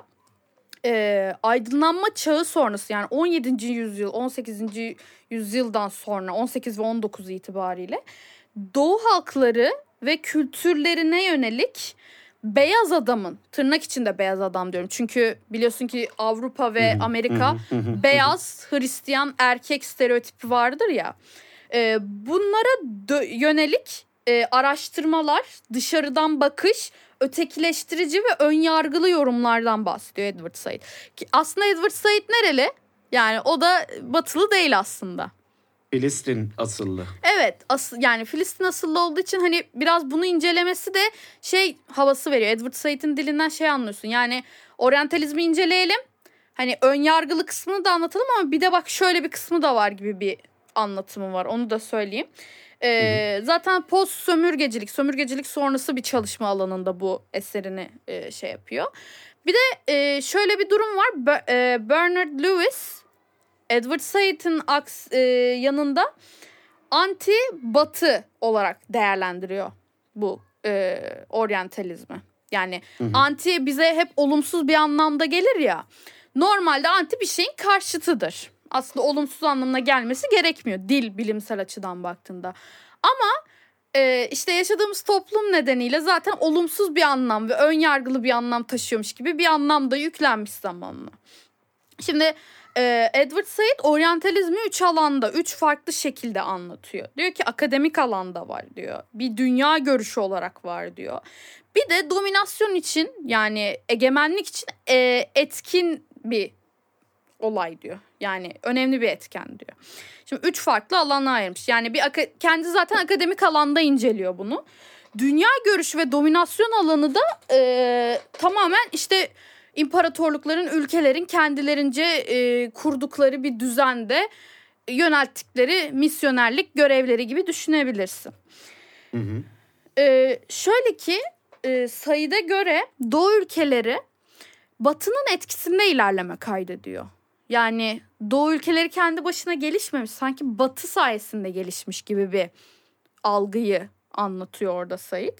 Ee, aydınlanma çağı sonrası yani on yedinci yüzyıl on sekizinci yüzyıldan sonra on sekiz ve on dokuz itibariyle Doğu halkları ve kültürlerine yönelik beyaz adamın, tırnak içinde beyaz adam diyorum. Çünkü biliyorsun ki Avrupa ve Amerika beyaz Hristiyan erkek stereotipi vardır ya. E, bunlara dö- yönelik e, araştırmalar, dışarıdan bakış, ötekileştirici ve önyargılı yorumlardan bahsediyor Edward Said. Ki aslında Edward Said nereli? Yani o da batılı değil aslında. Filistin asıllı. Evet, as- yani Filistin asıllı olduğu için hani biraz bunu incelemesi de şey havası veriyor. Edward Said'in dilinden şey anlıyorsun. Yani oryantalizmi inceleyelim. Hani önyargılı kısmını da anlatalım ama bir de bak şöyle bir kısmı da var gibi bir anlatımı var. Onu da söyleyeyim. Ee, zaten post sömürgecilik, sömürgecilik sonrası bir çalışma alanında bu eserini e, şey yapıyor. Bir de e, şöyle bir durum var. Be- e, Bernard Lewis, Edward Said'in aks e, yanında anti-batı olarak değerlendiriyor bu e, oryantalizmi. Yani hı hı. Anti bize hep olumsuz bir anlamda gelir ya. Normalde anti bir şeyin karşıtıdır. Aslında olumsuz anlamına gelmesi gerekmiyor dil bilimsel açıdan baktığında. Ama e, işte yaşadığımız toplum nedeniyle zaten olumsuz bir anlam ve önyargılı bir anlam taşıyormuş gibi bir anlam da yüklenmiş zamanla. Şimdi e, Edward Said oryantalizmi üç alanda, üç farklı şekilde anlatıyor. Diyor ki akademik alanda var diyor. Bir dünya görüşü olarak var diyor. Bir de dominasyon için yani egemenlik için e, etkin bir olay diyor. Yani önemli bir etken diyor. Şimdi üç farklı alana ayırmış. Yani bir kendi zaten akademik alanda inceliyor bunu. Dünya görüşü ve dominasyon alanı da e, tamamen işte imparatorlukların, ülkelerin kendilerince e, kurdukları bir düzende yönelttikleri misyonerlik görevleri gibi düşünebilirsin. Hı hı. E, şöyle ki e, Said'e göre Doğu ülkeleri Batı'nın etkisinde ilerleme kaydediyor. Yani Doğu ülkeleri kendi başına gelişmemiş, sanki Batı sayesinde gelişmiş gibi bir algıyı anlatıyor orada Said.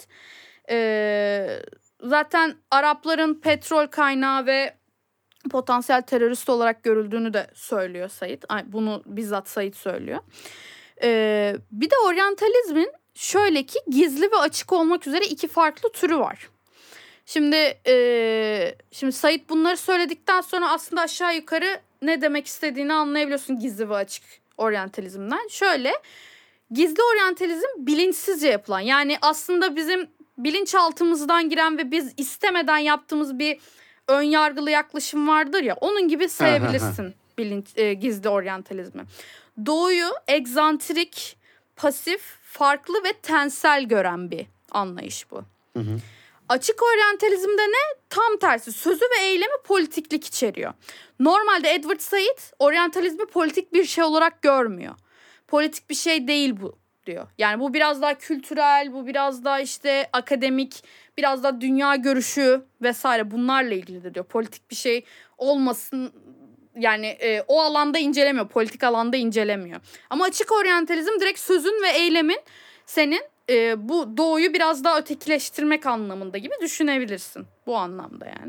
Ee, zaten Arapların petrol kaynağı ve potansiyel terörist olarak görüldüğünü de söylüyor Said. Bunu bizzat Said söylüyor. Ee, bir de oryantalizmin şöyle ki gizli ve açık olmak üzere iki farklı türü var. Şimdi e, şimdi Said bunları söyledikten sonra aslında aşağı yukarı ne demek istediğini anlayabiliyorsun gizli ve açık oryantalizmden. Şöyle, gizli oryantalizm bilinçsizce yapılan, yani aslında bizim bilinçaltımızdan giren ve biz istemeden yaptığımız bir önyargılı yaklaşım vardır ya, onun gibi sayabilirsin bilinç, e, gizli oryantalizmi. Doğuyu egzantrik, pasif, farklı ve tensel gören bir anlayış bu. Hı hı. Açık oryantalizmde ne? Tam tersi. Sözü ve eylemi politiklik içeriyor. Normalde Edward Said oryantalizmi politik bir şey olarak görmüyor. Politik bir şey değil bu diyor. Yani bu biraz daha kültürel, bu biraz daha işte akademik, biraz daha dünya görüşü vesaire bunlarla ilgilidir diyor. Politik bir şey olmasın, yani e, o alanda incelemiyor, politik alanda incelemiyor. Ama açık oryantalizm direkt sözün ve eylemin senin e, bu doğuyu biraz daha ötekileştirmek anlamında gibi düşünebilirsin. Bu anlamda yani.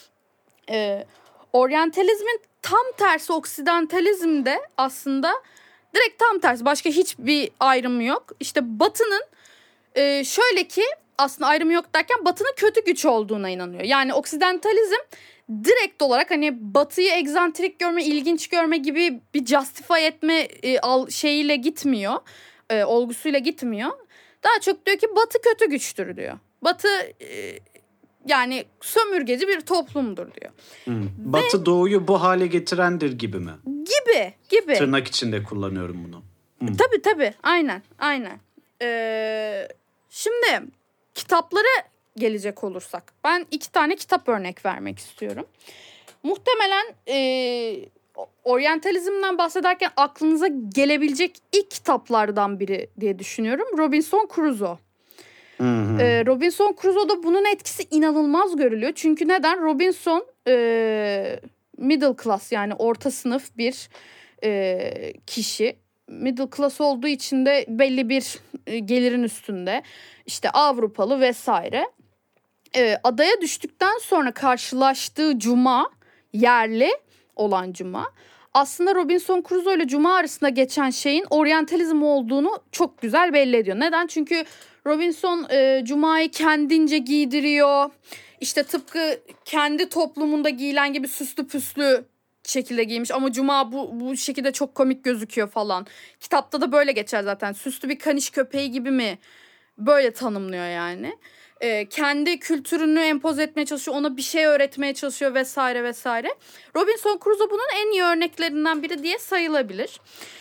E, oryantalizmin tam tersi oksidantalizmde aslında direkt tam tersi. Başka hiçbir ayrımı yok. İşte Batı'nın e, şöyle ki aslında ayrımı yok derken Batı'nın kötü güç olduğuna inanıyor. Yani oksidantalizm direkt olarak hani Batı'yı egzantrik görme, ilginç görme gibi bir justify etme e, al, şeyiyle gitmiyor. E, olgusuyla gitmiyor. Daha çok diyor ki Batı kötü güçtür diyor. Batı e, yani sömürgeci bir toplumdur diyor. Hmm. Batı Ve, Doğu'yu bu hale getirendir gibi mi? Gibi, gibi. Tırnak içinde kullanıyorum bunu. Hmm. Tabii tabii, aynen, aynen. Ee, şimdi kitaplara gelecek olursak, ben iki tane kitap örnek vermek istiyorum. Muhtemelen e, oryantalizmden bahsederken aklınıza gelebilecek ilk kitaplardan biri diye düşünüyorum. Robinson Crusoe. Hı hı. Ee, Robinson Crusoe'da bunun etkisi inanılmaz görülüyor. Çünkü neden? Robinson e, middle class, yani orta sınıf bir e, kişi. Middle class olduğu için de belli bir e, gelirin üstünde. İşte Avrupalı vesaire. E, adaya düştükten sonra karşılaştığı Cuma, yerli olan Cuma, aslında Robinson Crusoe ile Cuma arasında geçen şeyin oryantalizm olduğunu çok güzel belli ediyor. Neden? Çünkü Robinson e, Cuma'yı kendince giydiriyor. İşte tıpkı kendi toplumunda giyilen gibi süslü püslü şekilde giymiş ama Cuma bu, bu şekilde çok komik gözüküyor falan. Kitapta da böyle geçer zaten. Süslü bir kaniş köpeği gibi mi? Böyle tanımlıyor yani. Ee, kendi kültürünü empoze etmeye çalışıyor. Ona bir şey öğretmeye çalışıyor vesaire vesaire. Robinson Crusoe bunun en iyi örneklerinden biri diye sayılabilir.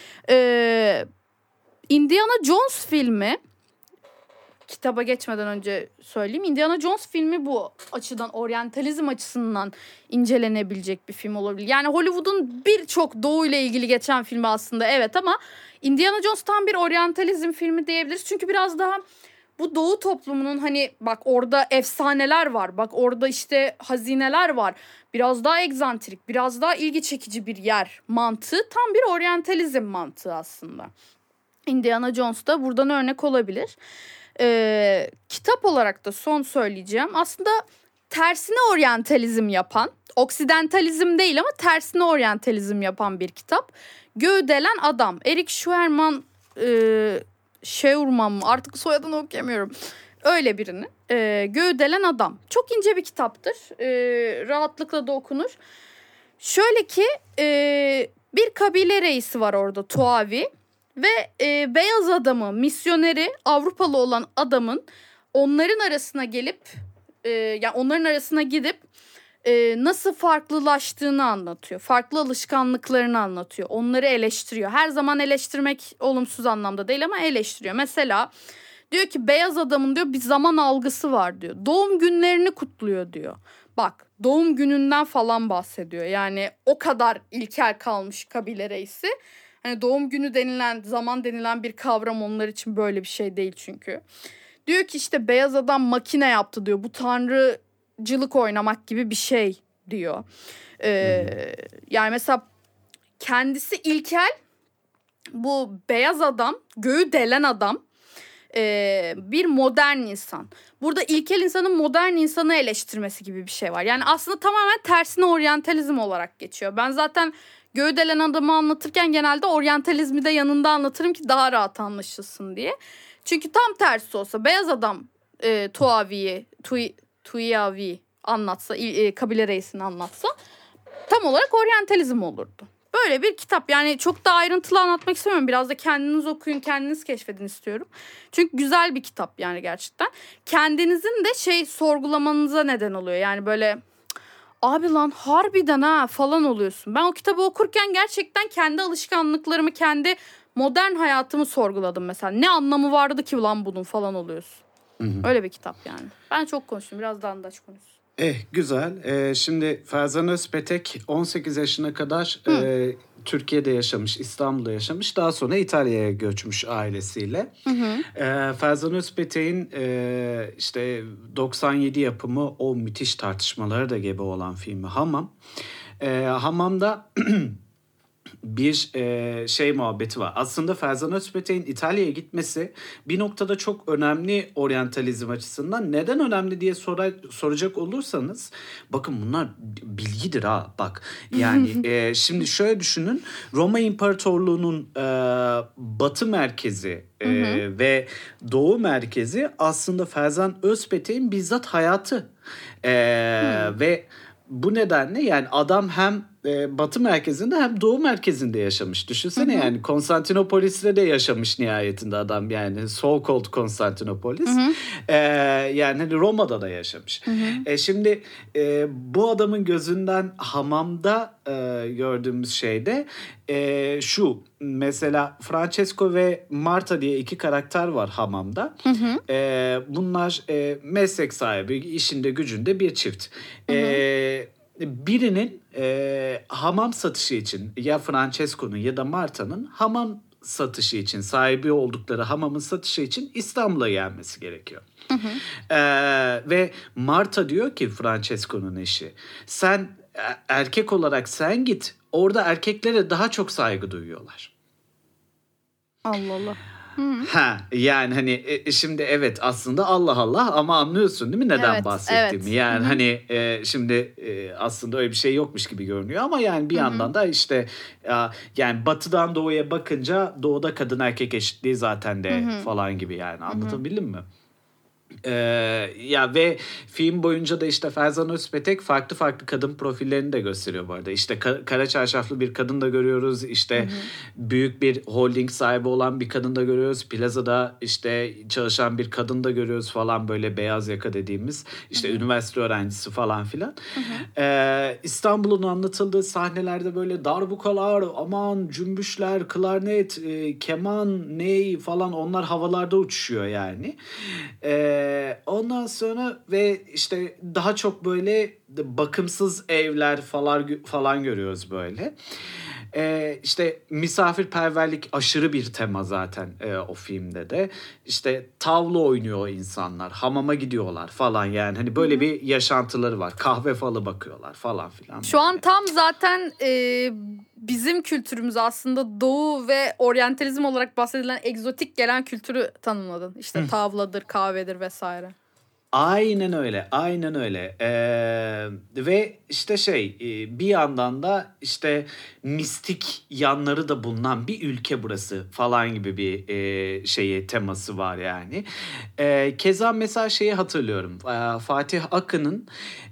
Ee, Indiana Jones filmi, kitaba geçmeden önce söyleyeyim. Indiana Jones filmi bu açıdan, oryantalizm açısından incelenebilecek bir film olabilir. Yani Hollywood'un birçok doğu ile ilgili geçen filmi aslında, evet, ama Indiana Jones tam bir oryantalizm filmi diyebiliriz. Çünkü biraz daha bu doğu toplumunun, hani bak orada efsaneler var, bak orada işte hazineler var, biraz daha egzantrik, biraz daha ilgi çekici bir yer mantığı tam bir oryantalizm mantığı aslında. Indiana Jones da buradan örnek olabilir. Ee, kitap olarak da son söyleyeceğim. Aslında tersine oryantalizm yapan, oksidentalizm değil ama tersine oryantalizm yapan bir kitap. Göğü Delen Adam. Eric Sherman, e, Sherman mı? Artık soyadını okuyamıyorum. Öyle birini. E, Göğü Delen Adam. Çok ince bir kitaptır. E, rahatlıkla da okunur. Şöyle ki e, bir kabile reisi var orada, Tuavi. Ve e, beyaz adamı, misyoneri, Avrupalı olan adamın onların arasına gelip, e, yani onların arasına gidip e, nasıl farklılaştığını anlatıyor. Farklı alışkanlıklarını anlatıyor. Onları eleştiriyor. Her zaman eleştirmek olumsuz anlamda değil ama eleştiriyor. Mesela diyor ki beyaz adamın diyor bir zaman algısı var diyor. Doğum günlerini kutluyor diyor. Bak, doğum gününden falan bahsediyor. Yani o kadar ilkel kalmış kabile reisi. Hani doğum günü denilen, zaman denilen bir kavram onlar için böyle bir şey değil çünkü. Diyor ki işte beyaz adam makine yaptı diyor. Bu tanrıcılık oynamak gibi bir şey diyor. Ee, hmm. Yani mesela kendisi ilkel, bu beyaz adam, göğü delen adam, e, bir modern insan. Burada ilkel insanın modern insanı eleştirmesi gibi bir şey var. Yani aslında tamamen tersine oryantalizm olarak geçiyor. Ben zaten Göğü Delen Adam'ı anlatırken genelde oryantalizmi de yanında anlatırım ki daha rahat anlaşılsın diye. Çünkü tam tersi olsa, beyaz adam e, Tuavi'yi, Tui, Tuiavi anlatsa, e, kabile reisini anlatsa tam olarak oryantalizm olurdu. Böyle bir kitap. Yani çok da ayrıntılı anlatmak istemiyorum. Biraz da kendiniz okuyun, kendiniz keşfedin istiyorum. Çünkü güzel bir kitap yani gerçekten. Kendinizin de şey sorgulamanıza neden oluyor. Yani böyle abi lan harbiden ha falan oluyorsun. Ben o kitabı okurken gerçekten kendi alışkanlıklarımı, kendi modern hayatımı sorguladım mesela. Ne anlamı vardı ki lan bunun falan oluyorsun. Hı hı. Öyle bir kitap yani. Ben çok konuştum. Biraz daha Andaç konuşsun. Eh güzel. Ee, şimdi Ferzan Özpetek on sekiz yaşına kadar e, Türkiye'de yaşamış, İstanbul'da yaşamış. Daha sonra İtalya'ya göçmüş ailesiyle. Hı hı. Ee, Ferzan Özpetek'in e, işte doksan yedi yapımı o müthiş tartışmaları da gebe olan filmi Hamam. Ee, Hamam'da bir e, şey muhabbeti var. Aslında Ferzan Özpetek'in İtalya'ya gitmesi bir noktada çok önemli oryantalizm açısından. Neden önemli diye sora, soracak olursanız, bakın bunlar bilgidir ha bak. Yani e, şimdi şöyle düşünün. Roma İmparatorluğu'nun e, batı merkezi e, ve doğu merkezi aslında Ferzan Özpetek'in bizzat hayatı. E, ve bu nedenle yani adam hem e, batı merkezinde hem doğu merkezinde yaşamış. Düşünsene, hı hı. Yani Konstantinopolis'te de yaşamış nihayetinde adam, yani so called Konstantinopolis. Hı hı. E, yani Roma'da da yaşamış. Hı hı. E, şimdi e, bu adamın gözünden Hamam'da e, gördüğümüz şey de e, şu. Mesela Francesco ve Marta diye iki karakter var Hamam'da. Hı hı. E, bunlar e, meslek sahibi, işinde gücünde bir çift. Hı hı. E, birinin e, hamam satışı için, ya Francesco'nun ya da Marta'nın hamam satışı için, sahibi oldukları hamamın satışı için İstanbul'a gelmesi gerekiyor. Hı hı. E, ve Marta diyor ki Francesco'nun eşi, sen erkek olarak sen git, orada erkeklere daha çok saygı duyuyorlar. Allah Allah. Ha yani hani e, şimdi evet aslında Allah Allah ama anlıyorsun değil mi neden Evet, bahsettiğimi? evet. Yani Hı hı. hani e, şimdi e, aslında öyle bir şey yokmuş gibi görünüyor ama yani bir Hı hı. yandan da işte ya, yani batıdan doğuya bakınca doğuda kadın erkek eşitliği zaten Hı de hı. falan gibi yani Hı hı. anlatabildim mi? Ee, ya ve film boyunca da işte Ferzan Özpetek farklı farklı kadın profillerini de gösteriyor bu arada. İşte ka- kara çarşaflı bir kadın da görüyoruz. Hı İşte hı. büyük bir holding sahibi olan bir kadın da görüyoruz. Plazada işte çalışan bir kadın da görüyoruz falan böyle beyaz yaka dediğimiz. Hı İşte hı. üniversite öğrencisi falan filan. Hı hı. Ee, İstanbul'un anlatıldığı sahnelerde böyle darbukalar, aman cümbüşler, klarnet, e, keman, ney falan onlar havalarda uçuşuyor yani. Ee, ondan sonra ve işte daha çok böyle bakımsız evler falan falan görüyoruz böyle. Ee, işte misafirperverlik aşırı bir tema zaten e, o filmde de. İşte tavla oynuyor insanlar, hamama gidiyorlar falan yani. Hani Hı böyle hı. bir yaşantıları var. Kahve falı bakıyorlar falan filan Şu an böyle. tam zaten e, bizim kültürümüz aslında doğu ve oryantalizm olarak bahsedilen egzotik gelen kültürü tanımladın. İşte tavladır, kahvedir vesaire. Aynen öyle, aynen öyle. Ee, ve işte şey, e, bir yandan da işte mistik yanları da bulunan bir ülke burası falan gibi bir e, şeyi teması var yani. Ee, keza mesela şeyi hatırlıyorum. Ee, Fatih Akın'ın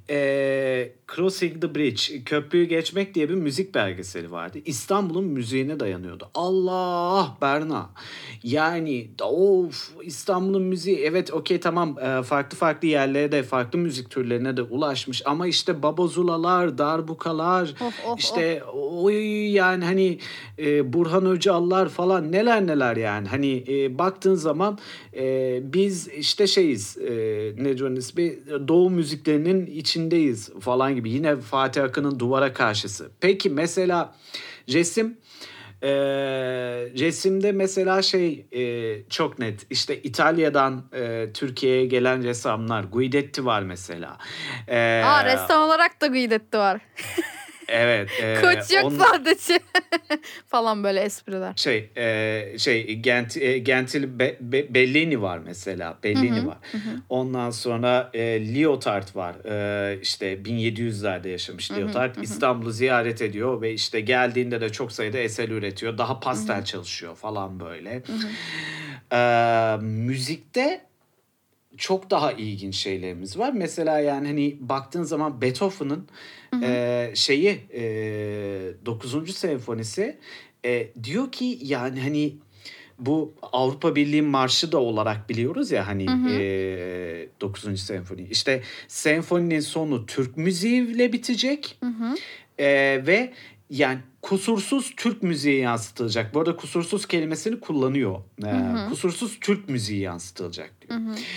e, Crossing the Bridge, Köprüyü Geçmek diye bir müzik belgeseli vardı. İstanbul'un müziğine dayanıyordu. Allah Berna. Yani of İstanbul'un müziği evet okey tamam e, farklı farklı yerlere de farklı müzik türlerine de ulaşmış ama işte babazulalar, darbukalar Oh oh oh. işte oy yani hani e, Burhan Öcallar falan neler neler yani hani e, baktığın zaman e, biz işte şeyiz e, ne diyorsun ismi Doğu müziklerinin içindeyiz falan gibi yine Fatih Akın'ın Duvara Karşısı. Peki mesela resim ee, resimde mesela şey e, çok net işte İtalya'dan e, Türkiye'ye gelen ressamlar Guidetti var mesela. Ee, Aa, ressam olarak da Guidetti var. evet e, Koç yok on sadece. Falan böyle espriler. şey e, şey Gent, e, Gentili Be- Be- Bellini var mesela Hı Bellini hı. var. Hı hı. Ondan sonra e, Lyotard var. E, işte bin yedi yüzlerde yaşamış Hı hı. Lyotard. Hı hı. İstanbul'u ziyaret ediyor ve işte geldiğinde de çok sayıda eser üretiyor. Daha Hı hı. pastel çalışıyor falan böyle. Hı hı. E, müzikte çok daha ilginç şeylerimiz var. Mesela yani hani baktığın zaman Beethoven'ın Hı hı. e, şeyi e, dokuzuncu senfonisi e, diyor ki yani hani bu Avrupa Birliği Marşı da olarak biliyoruz ya Hı hani e, hı. dokuzuncu senfoni. İşte senfoninin sonu Türk müziğiyle bitecek Hı hı. e, ve yani kusursuz Türk müziği yansıtılacak. Bu arada kusursuz kelimesini kullanıyor. E, Hı hı. kusursuz Türk müziği yansıtılacak Hı diyor. hı.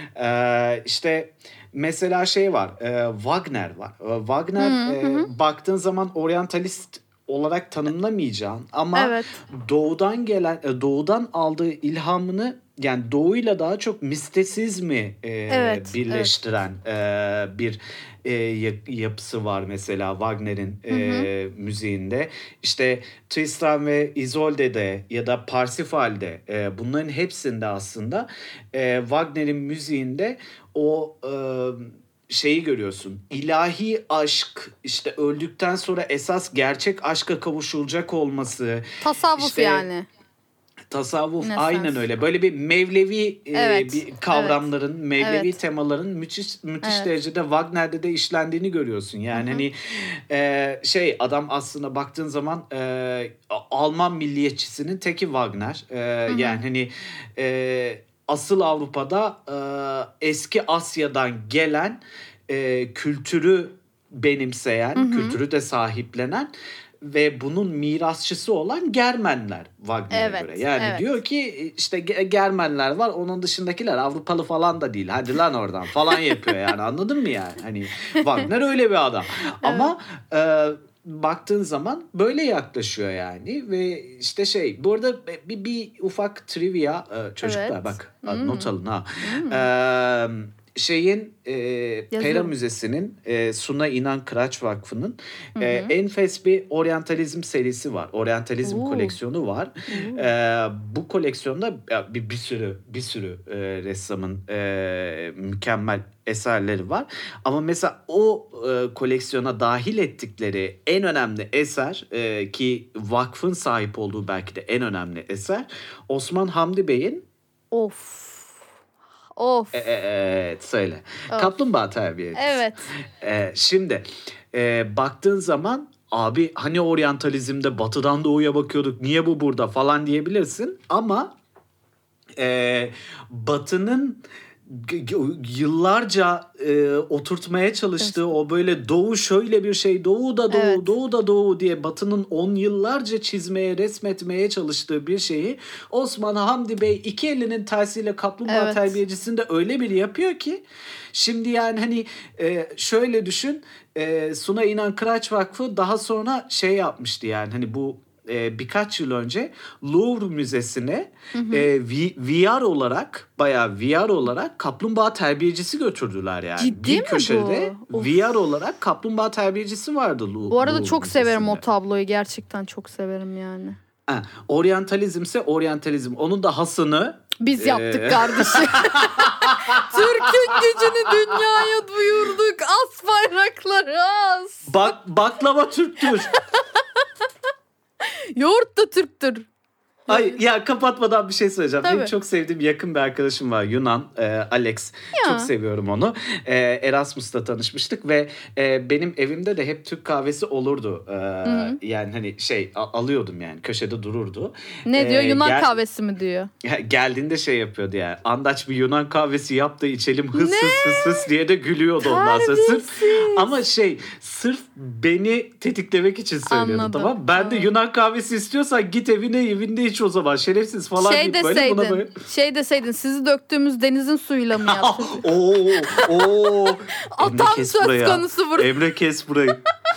E, işte mesela şey var e, Wagner var. E, Wagner Hı e, hı. baktığın zaman oryantalist olarak tanımlamayacağın ama Evet. doğudan gelen e, doğudan aldığı ilhamını yani doğuyla daha çok mistisizmi e, Evet. Evet. birleştiren e, bir e, yapısı var mesela Wagner'in Hı hı. e, müziğinde. İşte Tristan ve Isolde'de ya da Parsifal'de e, bunların hepsinde aslında e, Wagner'in müziğinde o e, şeyi görüyorsun. İlahi aşk işte öldükten sonra esas gerçek aşka kavuşulacak olması Tasavvuf işte yani. tasavvuf In a aynen sense. öyle. Böyle bir Mevlevi e, Evet. bir Evet. kavramların, Mevlevi Evet. temaların müthiş müthiş Evet. derecede Wagner'de de işlendiğini görüyorsun. Hı Yani hı. hani e, şey adam aslında baktığın zaman e, Alman milliyetçisinin teki Wagner. E, Hı yani hı. hani e, asıl Avrupa'da e, eski Asya'dan gelen e, kültürü Hı benimseyen, hı. kültürü de sahiplenen ve bunun mirasçısı olan Germenler Wagner'e göre. Evet. Yani Evet. diyor ki işte Germenler var onun dışındakiler Avrupalı falan da değil. Hadi lan oradan falan yapıyor yani anladın mı yani? Hani Wagner öyle bir adam. Evet. Ama e, baktığın zaman böyle yaklaşıyor yani ve işte şey bu arada bir, bir ufak trivia e, çocuklar Evet. bak not Hmm. alın ha. Hmm. E, şeyin e, Pera Müzesi'nin e, Suna İnan Kıraç Vakfı'nın e, enfes bir oryantalizm serisi var. Oryantalizm Oo. koleksiyonu var. E, bu koleksiyonda ya, bir, bir sürü bir sürü e, ressamın e, mükemmel eserleri var. Ama mesela o e, koleksiyona dahil ettikleri en önemli eser e, ki vakfın sahip olduğu belki de en önemli eser Osman Hamdi Bey'in Of. Of. E, e, evet söyle. Of. Kaplumbağa terbiyesi. Evet. E, şimdi e, baktığın zaman abi hani oryantalizmde batıdan doğuya bakıyorduk niye bu burada falan diyebilirsin. Ama e, batının yıllarca e, oturtmaya çalıştığı evet. o böyle doğu şöyle bir şey, doğu da doğu, evet. doğu da doğu diye batının on yıllarca çizmeye, resmetmeye çalıştığı bir şeyi Osman Hamdi Bey iki elinin tersiyle kaplumbağa evet. terbiyecisinde öyle bir yapıyor ki şimdi yani hani e, şöyle düşün e, Suna İnan Kıraç Vakfı daha sonra şey yapmıştı yani hani bu e, birkaç yıl önce Louvre Müzesi'ne hı hı. E, V R olarak bayağı V R olarak kaplumbağa terbiyecisi götürdüler yani. Ciddi bir mi köşede bu? V R olarak kaplumbağa terbiyecisi vardı Louvre. Bu arada Louvre çok Müzesi'nde. Severim o tabloyu, gerçekten çok severim yani. Ha, oryantalizmse oryantalizm. Onun da hasını biz yaptık ee... kardeşim. Türk'ün gücünü dünyaya duyurduk. As bayrakları as. Bak, baklava Türktür. Yoğurt da Türktür. Ay ya kapatmadan bir şey söyleyeceğim. Tabii. Benim çok sevdiğim yakın bir arkadaşım var Yunan, e, Alex. Ya. Çok seviyorum onu. E, Erasmus'ta tanışmıştık ve e, benim evimde de hep Türk kahvesi olurdu. E, yani hani şey a- alıyordum yani köşede dururdu. Ne e, diyor Yunan gel- kahvesi mi diyor? Geldiğinde şey yapıyordu yani. Andaç bir Yunan kahvesi yap da içelim hıs ne? hıs hıs hıs diye de gülüyordu ondan sonra. Sırf, ama şey sırf beni tetiklemek için söylüyordu. Anladım. Tamam. Ben de Yunan kahvesi istiyorsan git evine evinde iç o zaman şerefsiz falan şey deyip böyle buna böyle. Şey deseydin sizi döktüğümüz denizin suyuyla mı yaptık? Oo oo. Atam söz buraya. Konusu burada. Emre kes burayı.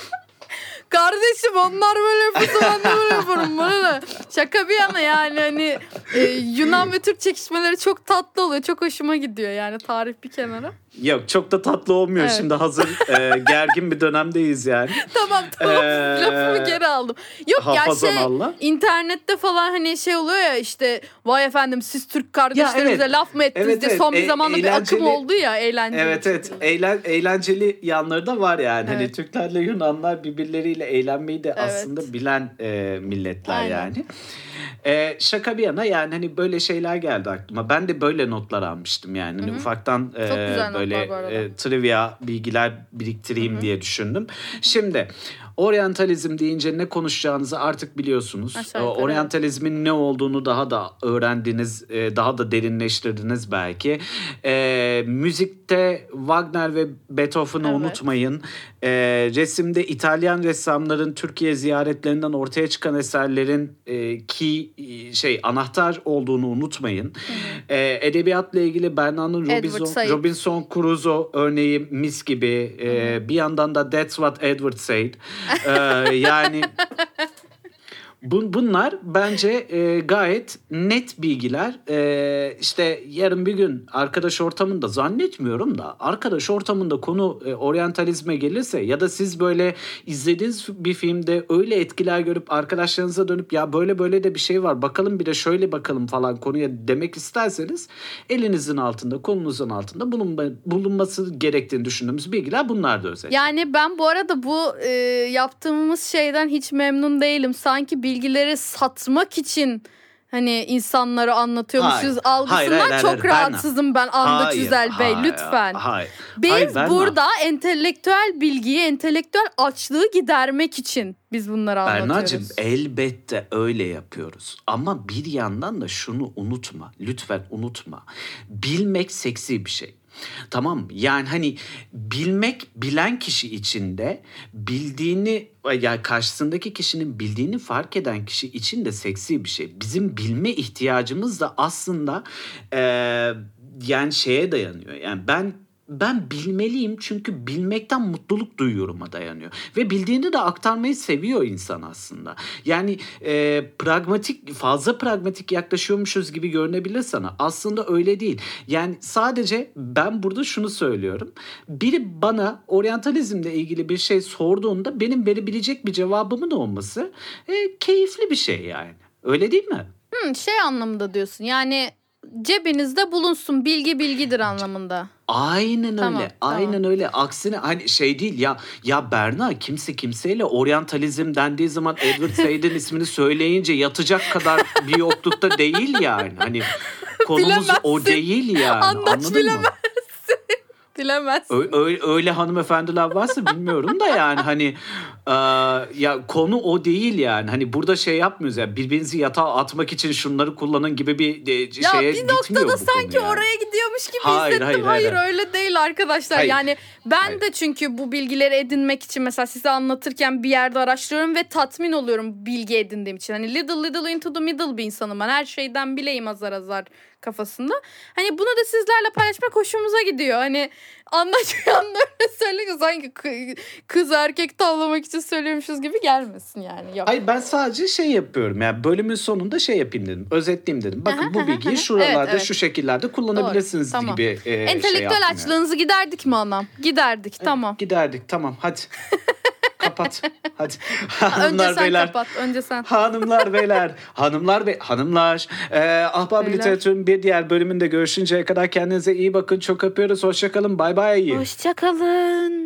Kardeşim onlar böyle yapıyorsa ben de böyle yaparım. Böyle. Şaka bir yana yani hani e, Yunan ve Türk çekişmeleri çok tatlı oluyor. Çok hoşuma gidiyor yani tarih bir kenara. Yok çok da tatlı olmuyor evet. Şimdi hazır e, gergin bir dönemdeyiz yani. Tamam tamam ee, lafımı geri aldım. Yok ya şey Allah. internette falan hani şey oluyor ya işte vay efendim siz Türk kardeşlerimize evet. laf mı ettiniz evet, diye evet. son bir zamanda e- bir akım oldu ya eğlenceli. Evet evet Eğlen, eğlenceli yanları da var yani. Evet. Hani Türklerle Yunanlar birbirleriyle eğlenmeyi de evet. aslında bilen e, milletler aynen. Yani. Ee, şaka bir yana yani hani böyle şeyler geldi aklıma. Ben de böyle notlar almıştım yani. Hani ufaktan e, böyle e, trivia bilgiler biriktireyim Hı-hı. diye düşündüm. Şimdi oryantalizm deyince ne konuşacağınızı artık biliyorsunuz. Aşağı oryantalizmin ne olduğunu daha da öğrendiniz, e, daha da derinleştirdiniz belki. E, müzikte Wagner ve Beethoven'ı evet. unutmayın. E, resimde İtalyan ressamların Türkiye ziyaretlerinden ortaya çıkan eserlerin e, ki şey anahtar olduğunu unutmayın. E, edebiyatla ilgili Bernard'ın Robinson, Robinson Crusoe örneği mis gibi. E, bir yandan da That's What Edward Said. ee, yani bun, bunlar bence e, gayet net bilgiler. E, işte yarın bir gün arkadaş ortamında zannetmiyorum da arkadaş ortamında konu e, oryantalizme gelirse ya da siz böyle izlediğiniz bir filmde öyle etkiler görüp arkadaşlarınıza dönüp ya böyle böyle de bir şey var bakalım bir de şöyle bakalım falan konuya demek isterseniz elinizin altında kolunuzun altında bulunma, bulunması gerektiğini düşündüğümüz bilgiler bunlar da özellikle. Yani ben bu arada bu e, yaptığımız şeyden hiç memnun değilim. Sanki bilgileri satmak için hani insanlara anlatıyormuşuz algısından hayır, hayır, çok hayır, rahatsızım ben Andaç hayır, Üzel Bey hayır, lütfen. Hayır, biz hayır, burada Berna. entelektüel bilgiyi, entelektüel açlığı gidermek için biz bunları anlatıyoruz. Bernacığım elbette öyle yapıyoruz. Ama bir yandan da şunu unutma. Lütfen unutma. Bilmek seksi bir şey. Tamam yani hani bilmek bilen kişi içinde bildiğini yani karşısındaki kişinin bildiğini fark eden kişi için de seksi bir şey. Bizim bilme ihtiyacımız da aslında e, yani şeye dayanıyor. Yani ben ben bilmeliyim çünkü bilmekten mutluluk duyuyorum'a dayanıyor. Ve bildiğini de aktarmayı seviyor insan aslında. Yani e, pragmatik, fazla pragmatik yaklaşıyormuşuz gibi görünebilir sana. Aslında öyle değil. Yani sadece ben burada şunu söylüyorum. Biri bana oryantalizmle ilgili bir şey sorduğunda benim verebilecek bir cevabımın olması e, keyifli bir şey yani. Öyle değil mi? Hmm, şey anlamında diyorsun. Yani cebinizde bulunsun, bilgi bilgidir anlamında. Aynen Tamam, öyle. tamam. Aynen öyle. Aksine hani şey değil ya ya Berna kimse kimseyle oryantalizm dendiği zaman Edward Said'in ismini söyleyince yatacak kadar bir yoklukta değil yani. Hani konumuz Bilemezsin. o değil yani. Anlaş Anladın mı? bilemezsin. Bilemezsin. Ö- öyle, öyle hanımefendiler varsa bilmiyorum da yani hani e, ya konu o değil yani. Hani burada şey yapmıyoruz ya birbirinizi yatağa atmak için şunları kullanın gibi bir e, Ya şeye bir gitmiyor noktada bu sanki konu yani. oraya gidiyormuş gibi Hayır, hissettim. hayır, Hayır, hayır. öyle değil arkadaşlar. Hayır. Yani ben Hayır. de çünkü bu bilgileri edinmek için mesela size anlatırken bir yerde araştırıyorum ve tatmin oluyorum bilgi edindiğim için. Hani little little into the middle bir insanım ben. Her şeyden bileyim azar azar kafasında. Hani bunu da sizlerle paylaşmak hoşumuza gidiyor. Hani anlaşmayan da öyle söylüyor. Sanki kız erkek tavlamak için söylüyormuşuz gibi gelmesin yani. Yok. Hayır ben sadece şey yapıyorum yani bölümün sonunda şey yapayım dedim. Özetleyeyim dedim. Bakın bu bilgiyi şuralarda Evet, evet. şu şekillerde kullanabilirsiniz Doğru, tamam. gibi e, şey Entelektüel yaptım yani. açlığınızı giderdik mi anam? Giderdik, tamam. Giderdik tamam hadi. Kapat. Hadi. Önce Hanımlar sen beyler. kapat, önce sen. Hanımlar beyler. Hanımlar ve hanımlar. Ee, Ahbap Beyler. Literatür'ün bir diğer bölümünde görüşünceye kadar kendinize iyi bakın. Çok öpüyoruz. Hoşçakalın. Bay bay. Hoşçakalın.